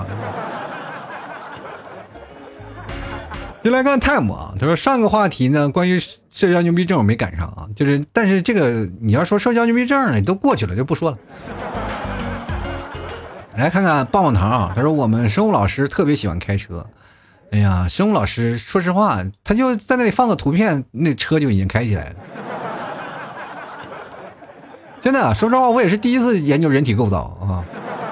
就来看 time 啊，他说上个话题呢，关于社交牛逼症我没赶上啊，就是但是这个你要说社交牛逼症呢，都过去了就不说了。来看看棒棒糖啊，他说我们生物老师特别喜欢开车，哎呀，生物老师说实话，他就在那里放个图片，那车就已经开起来了。真的，说实话，我也是第一次研究人体构造啊。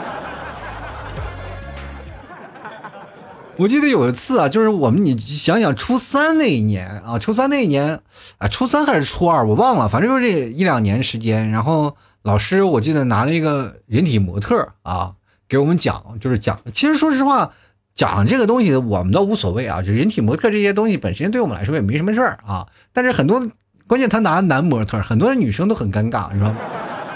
我记得有一次啊，就是我们你想想初三那一年啊，初三那一年啊，初三还是初二我忘了，反正就是这一两年时间。然后老师我记得拿了一个人体模特啊给我们讲，就是讲。其实说实话， 讲这个东西我们倒无所谓啊，就人体模特这些东西本身对我们来说也没什么事儿啊。但是很多关键他拿男模特，很多女生都很尴尬，是吧？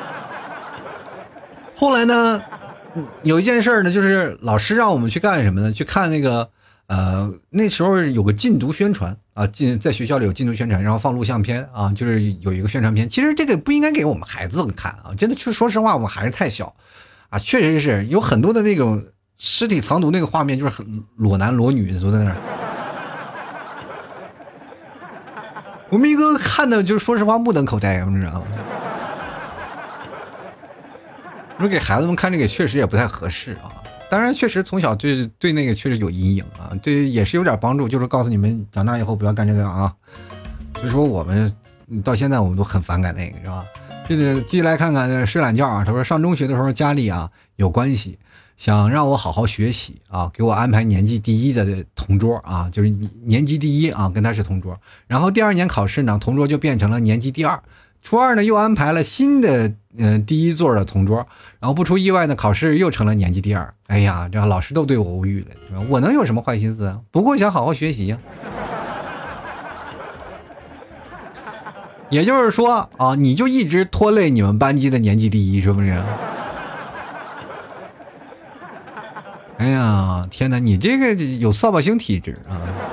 后来呢，有一件事呢，就是老师让我们去干什么呢？去看那个呃，那时候有个禁毒宣传啊，禁在学校里有禁毒宣传，然后放录像片啊，就是有一个宣传片。其实这个不应该给我们孩子们看啊，真的，就说实话，我们还是太小啊，确实是有很多的那种尸体藏毒那个画面，就是很裸男裸女坐在那儿。我们一个看的就是说实话目瞪口呆，你知道吗？说给孩子们看这个确实也不太合适啊。当然，确实从小对对那个确实有阴影啊，对也是有点帮助，就是告诉你们长大以后不要干这个啊。所以说我们到现在我们都很反感那个，是吧？这个继续来看看睡懒觉啊，他说上中学的时候家里啊有关系，想让我好好学习啊，给我安排年级第一的同桌啊，就是年级第一啊，跟他是同桌。然后第二年考试呢，同桌就变成了年级第二。初二呢，又安排了新的呃第一座的同桌，然后不出意外呢，考试又成了年级第二。哎呀，这老师都对我无语了，我能有什么坏心思啊？不过想好好学习呀、啊。也就是说啊，你就一直拖累你们班级的年级第一，是不是？哎呀，天哪，你这个有扫把星体质啊！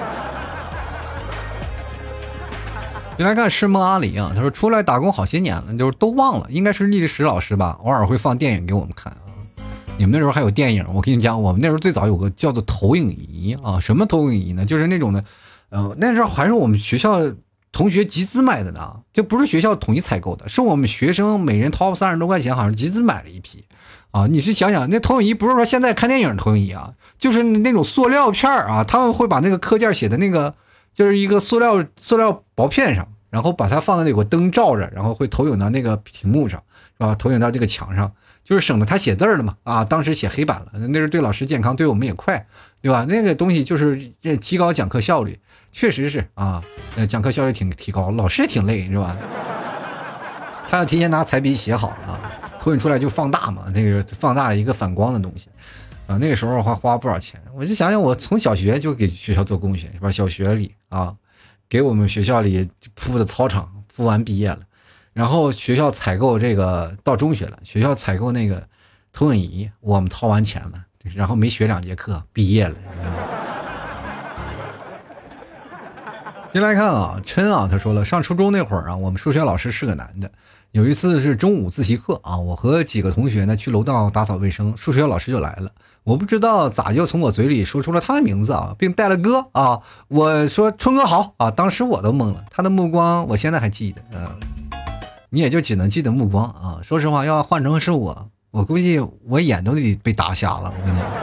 你来看师梦阿里啊，他说出来打工好些年了，就是都忘了，应该是历史老师吧，偶尔会放电影给我们看啊。你们那时候还有电影？我跟你讲，我们那时候最早有个叫做投影仪啊，什么投影仪呢？就是那种的，呃，那时候还是我们学校同学集资买的呢，就不是学校统一采购的，是我们学生每人掏三十多块钱，好像集资买了一批啊。你是想想，那投影仪不是说现在看电影投影仪啊，就是那种塑料片啊，他们会把那个课件写的那个。就是一个塑料塑料薄片上，然后把它放在那个灯照着，然后会投影到那个屏幕上，是吧？投影到这个墙上，就是省得他写字了嘛。啊，当时写黑板了，那是对老师健康，对我们也快，对吧？那个东西就是提高讲课效率，确实是啊，讲课效率挺提高，老师也挺累，是吧？他要提前拿彩笔写好啊，投影出来就放大嘛，那个放大了一个反光的东西。啊，那个时候花花不少钱，我就想想，我从小学就给学校做贡献，是吧？小学里啊，给我们学校里铺的操场铺完毕业了，然后学校采购这个到中学了，学校采购那个投影仪，我们掏完钱了，然后没学两节课毕业了。先来看啊，琛啊，他说了，上初中那会儿啊，我们数学老师是个男的。有一次是中午自习课啊，我和几个同学呢去楼道打扫卫生，数学老师就来了。我不知道咋就从我嘴里说出了他的名字啊，并带了歌啊。我说春哥好啊，当时我都懵了，他的目光我现在还记得。嗯、呃，你也就只能记得目光啊。说实话，要换成是我，我估计我眼都得被打瞎了。我跟你讲。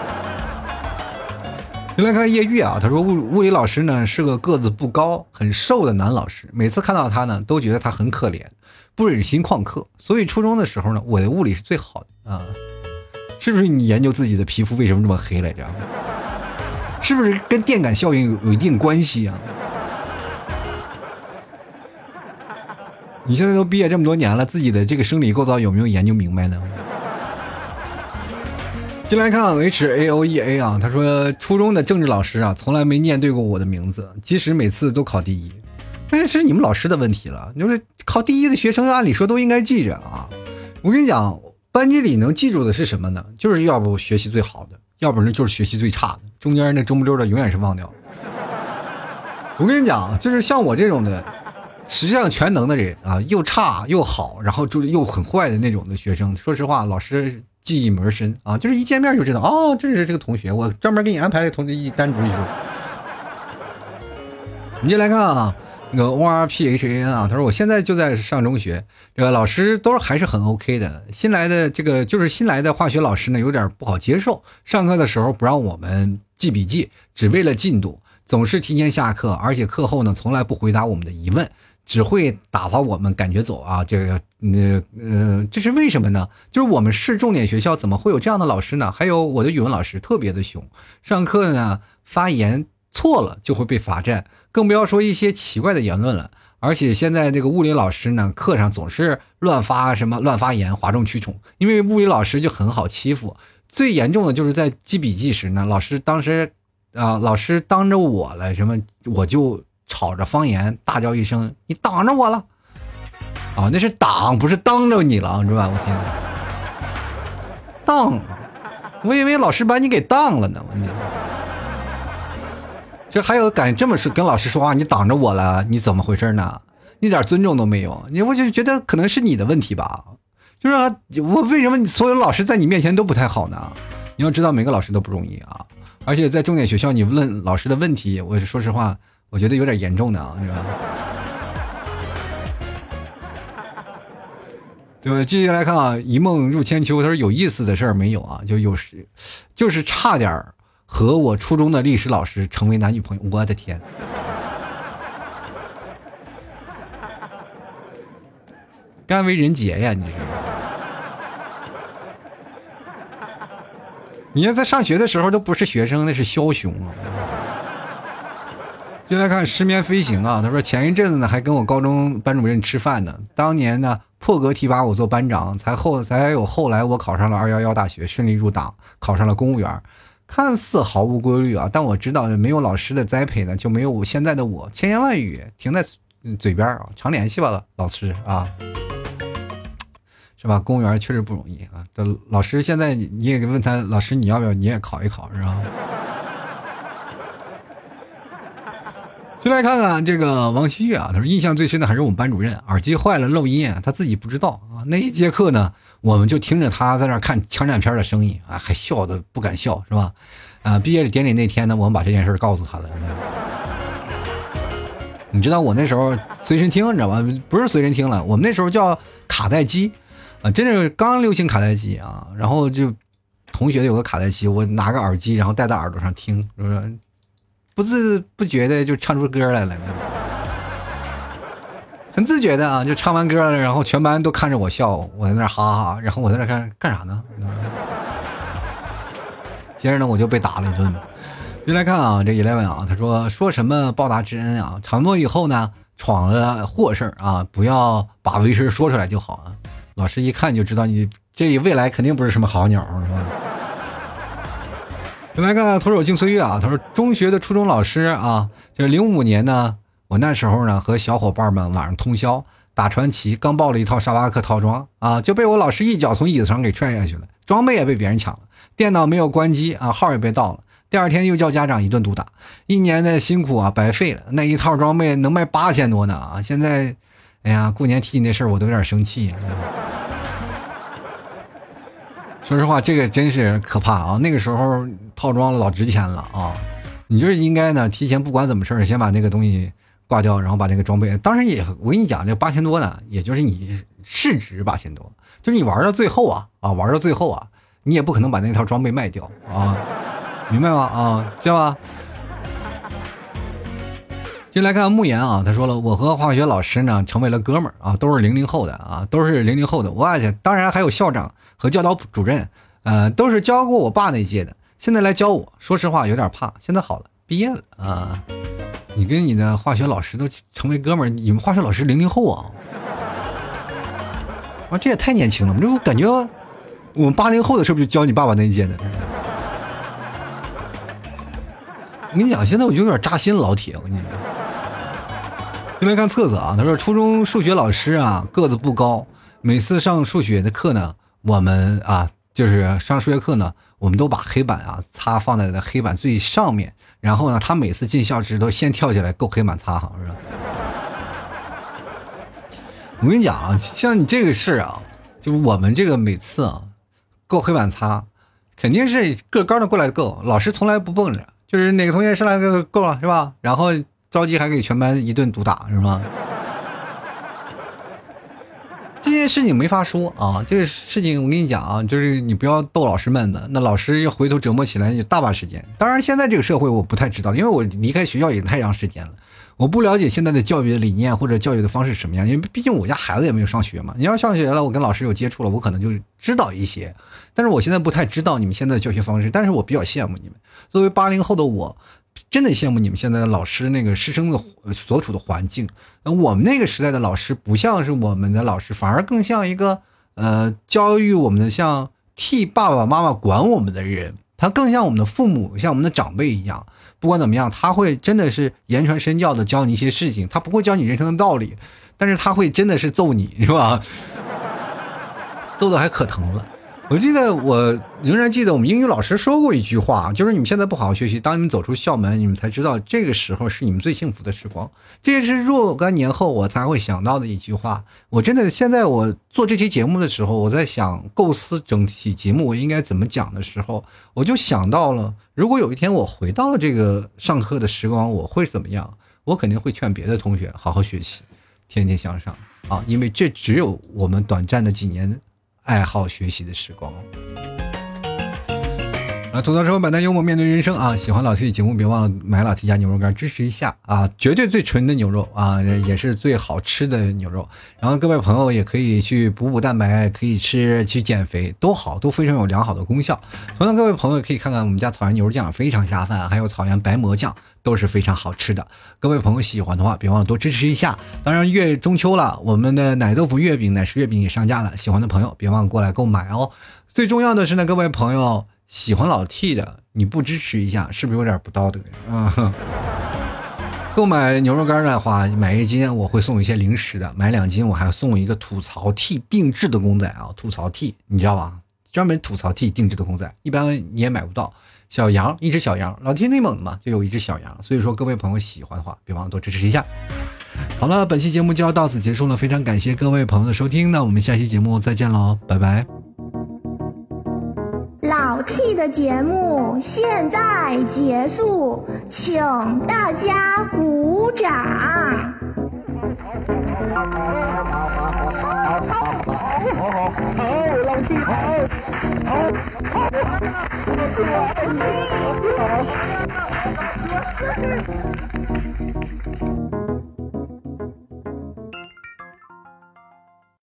就来看叶玉啊，他说物物理老师呢是个个子不高、很瘦的男老师，每次看到他呢都觉得他很可怜，不忍心旷课，所以初中的时候呢，我的物理是最好的啊。是不是你研究自己的皮肤为什么这么黑来着？是不是跟电感效应有有一定关系啊？你现在都毕业这么多年了，自己的这个生理构造有没有研究明白呢？进来看 H A O E A 啊，他说初中的政治老师啊，从来没念对过我的名字，即使每次都考第一。但是你们老师的问题了，就是考第一的学生按理说都应该记着啊。我跟你讲，班级里能记住的是什么呢？就是要不学习最好的，要不然就是学习最差的，中间那中不溜的永远是忘掉。我跟你讲，就是像我这种的实际上全能的人啊，又差又好，然后就又很坏的那种的学生，说实话，老师记忆门深啊，就是一见面就知道哦，这是这个同学，我专门给你安排了同学一单独一说。你就来看啊，那个 O R P H A N 啊，他说我现在就在上中学，这个老师都是还是很 OK 的。新来的这个就是新来的化学老师呢，有点不好接受，上课的时候不让我们记笔记，只为了进度，总是提前下课，而且课后呢从来不回答我们的疑问。只会打发我们赶觉走啊！这个，呃呃，这是为什么呢？就是我们市重点学校怎么会有这样的老师呢？还有我的语文老师特别的凶，上课呢发言错了就会被罚站，更不要说一些奇怪的言论了。而且现在这个物理老师呢，课上总是乱发什么乱发言，哗众取宠，因为物理老师就很好欺负。 最严重的就是在记笔记时呢，老师当时啊、呃，老师当着我了，什么我就吵着方言大叫一声：“你挡着我了！”啊，那是挡，不是当着你了，是吧？我天，当，我以为老师把你给当了呢，我天。这还有敢这么说跟老师说话，你挡着我了，你怎么回事呢？一点尊重都没有，你我就觉得可能是你的问题吧。就是我为什么所有老师在你面前都不太好呢？你要知道每个老师都不容易啊，而且在重点学校你问老师的问题，我说实话，我觉得有点严重的啊，是吧？对吧？接下来看啊，一梦入千秋，他说有意思的事儿没有啊？就有时就是差点和我初中的历史老师成为男女朋友，我的天！甘为人杰呀，你是？你要在上学的时候都不是学生，那是枭雄啊！就来看失眠飞行啊，他说前一阵子呢还跟我高中班主任吃饭呢，当年呢破格提拔我做班长，才后才有后来我考上了二一一大学，顺利入党，考上了公务员。看似毫无规律啊，但我知道没有老师的栽培呢，就没有现在的我，千言万语停在嘴边啊，常联系吧了，老师啊。是吧？公务员确实不容易啊。这老师现在你也问他，老师你要不要你也考一考，是吧？就来看看这个王希月啊，他说印象最深的还是我们班主任耳机坏了漏音，他自己不知道啊。那一节课呢，我们就听着他在那看枪战片的声音啊，还笑的不敢笑，是吧？啊，毕业典礼那天呢，我们把这件事告诉他了。你知道我那时候随身听，你知道吧？不是随身听了，我们那时候叫卡带机。啊，真是刚流行卡带机啊，然后就同学有个卡带机，我拿个耳机，然后戴在耳朵上听，是不是？不自不觉的就唱出歌来了，很自觉的啊，就唱完歌了，然后全班都看着我笑，我在那哈哈，然后我在那干干啥呢？接着呢，我就被打了一顿。就来看啊，这 Eleven 啊，他说说什么报答之恩啊，承诺以后呢，闯了祸事啊，不要把为师说出来就好啊。老师一看就知道你这未来肯定不是什么好鸟，是吧？来看徒手敬岁月啊，他说中学的初中老师啊，就是零五年呢，我那时候呢和小伙伴们晚上通宵打传奇，刚报了一套沙巴克套装啊，就被我老师一脚从椅子上给踹下去了，装备也被别人抢了，电脑没有关机啊，号也被盗了。第二天又叫家长一顿毒打，一年的辛苦啊白费了，那一套装备能卖八千多呢啊！现在，哎呀，过年提你那事儿我都有点生气。说实话，这个真是可怕啊！那个时候套装老值钱了啊！你就是应该呢，提前不管怎么事儿，先把那个东西挂掉，然后把那个装备。当然也，我跟你讲，这八千多呢，也就是你市值八千多，就是你玩到最后啊啊，玩到最后啊，你也不可能把那套装备卖掉啊，明白吗？啊，知道吧？进来看慕言啊，他说了，我和化学老师呢成为了哥们儿啊，都是零零后的啊，都是零零后的。我去，当然还有校长和教导主任，呃，都是教过我爸那届的，现在来教我，说实话有点怕。现在好了，毕业了啊，你跟你的化学老师都成为哥们儿，你们化学老师零零后啊，啊，这也太年轻了，我感觉我们八零后的是不是就教你爸爸那一届的？我跟你讲，现在我就有点扎心了，老铁，我跟你讲。就来看册子啊，他说初中数学老师啊个子不高，每次上数学的课呢，我们啊就是上数学课呢，我们都把黑板啊擦放在黑板最上面，然后呢，他每次进教室都先跳起来够黑板擦好是吧？我跟你讲啊，像你这个事啊，就是我们这个每次啊够黑板擦，肯定是个高的过来够，老师从来不蹦着，就是哪个同学上来个够了是吧？然后着急还给全班一顿毒打是吗？这件事情没法说啊，这个事情我跟你讲啊，就是你不要逗老师闷子，那老师要回头折磨起来有大把时间。当然现在这个社会我不太知道，因为我离开学校也太长时间了，我不了解现在的教育的理念或者教育的方式什么样，因为毕竟我家孩子也没有上学嘛。你要上学了，我跟老师有接触了，我可能就知道一些，但是我现在不太知道你们现在的教学方式，但是我比较羡慕你们。作为八零后的我，真的羡慕你们现在的老师那个师生的所处的环境。我们那个时代的老师不像是我们的老师，反而更像一个呃教育我们的像替爸爸妈妈管我们的人，他更像我们的父母，像我们的长辈一样。不管怎么样，他会真的是言传身教的教你一些事情，他不会教你人生的道理，但是他会真的是揍你，是吧？揍的还可疼了。我记得我仍然记得我们英语老师说过一句话，就是你们现在不好好学习，当你们走出校门，你们才知道这个时候是你们最幸福的时光。这也是若干年后我才会想到的一句话。我真的现在我做这期节目的时候，我在想构思整体节目我应该怎么讲的时候，我就想到了，如果有一天我回到了这个上课的时光，我会怎么样？我肯定会劝别的同学好好学习，天天向上啊，因为这只有我们短暂的几年爱好学习的时光。啊，吐槽生活百态幽默面对人生啊！喜欢老 T 的节目，别忘了买老 T 家牛肉干支持一下啊！绝对最纯的牛肉啊，也是最好吃的牛肉。然后各位朋友也可以去补补蛋白，可以吃去减肥，都好，都非常有良好的功效。同样，各位朋友可以看看我们家草原牛肉酱非常下饭，还有草原白馍酱都是非常好吃的。各位朋友喜欢的话，别忘了多支持一下。当然，月中秋了，我们的奶豆腐月饼、奶食月饼也上架了，喜欢的朋友别忘了过来购买哦。最重要的是呢，各位朋友。喜欢老 T 的，你不支持一下，是不是有点不道德啊、嗯？购买牛肉干的话，买一斤我会送一些零食的，买两斤我还送一个吐槽 T 定制的公仔啊！吐槽 T 你知道吧？专门吐槽 T 定制的公仔，一般你也买不到。小羊，一只小羊，老 T 内蒙的嘛，就有一只小羊，所以说各位朋友喜欢的话，别忘了多支持一下。好了，本期节目就要到此结束了，非常感谢各位朋友的收听，那我们下期节目再见喽，拜拜。 老 T 的节目现在结束，请大家鼓掌。老 T 好，好，好。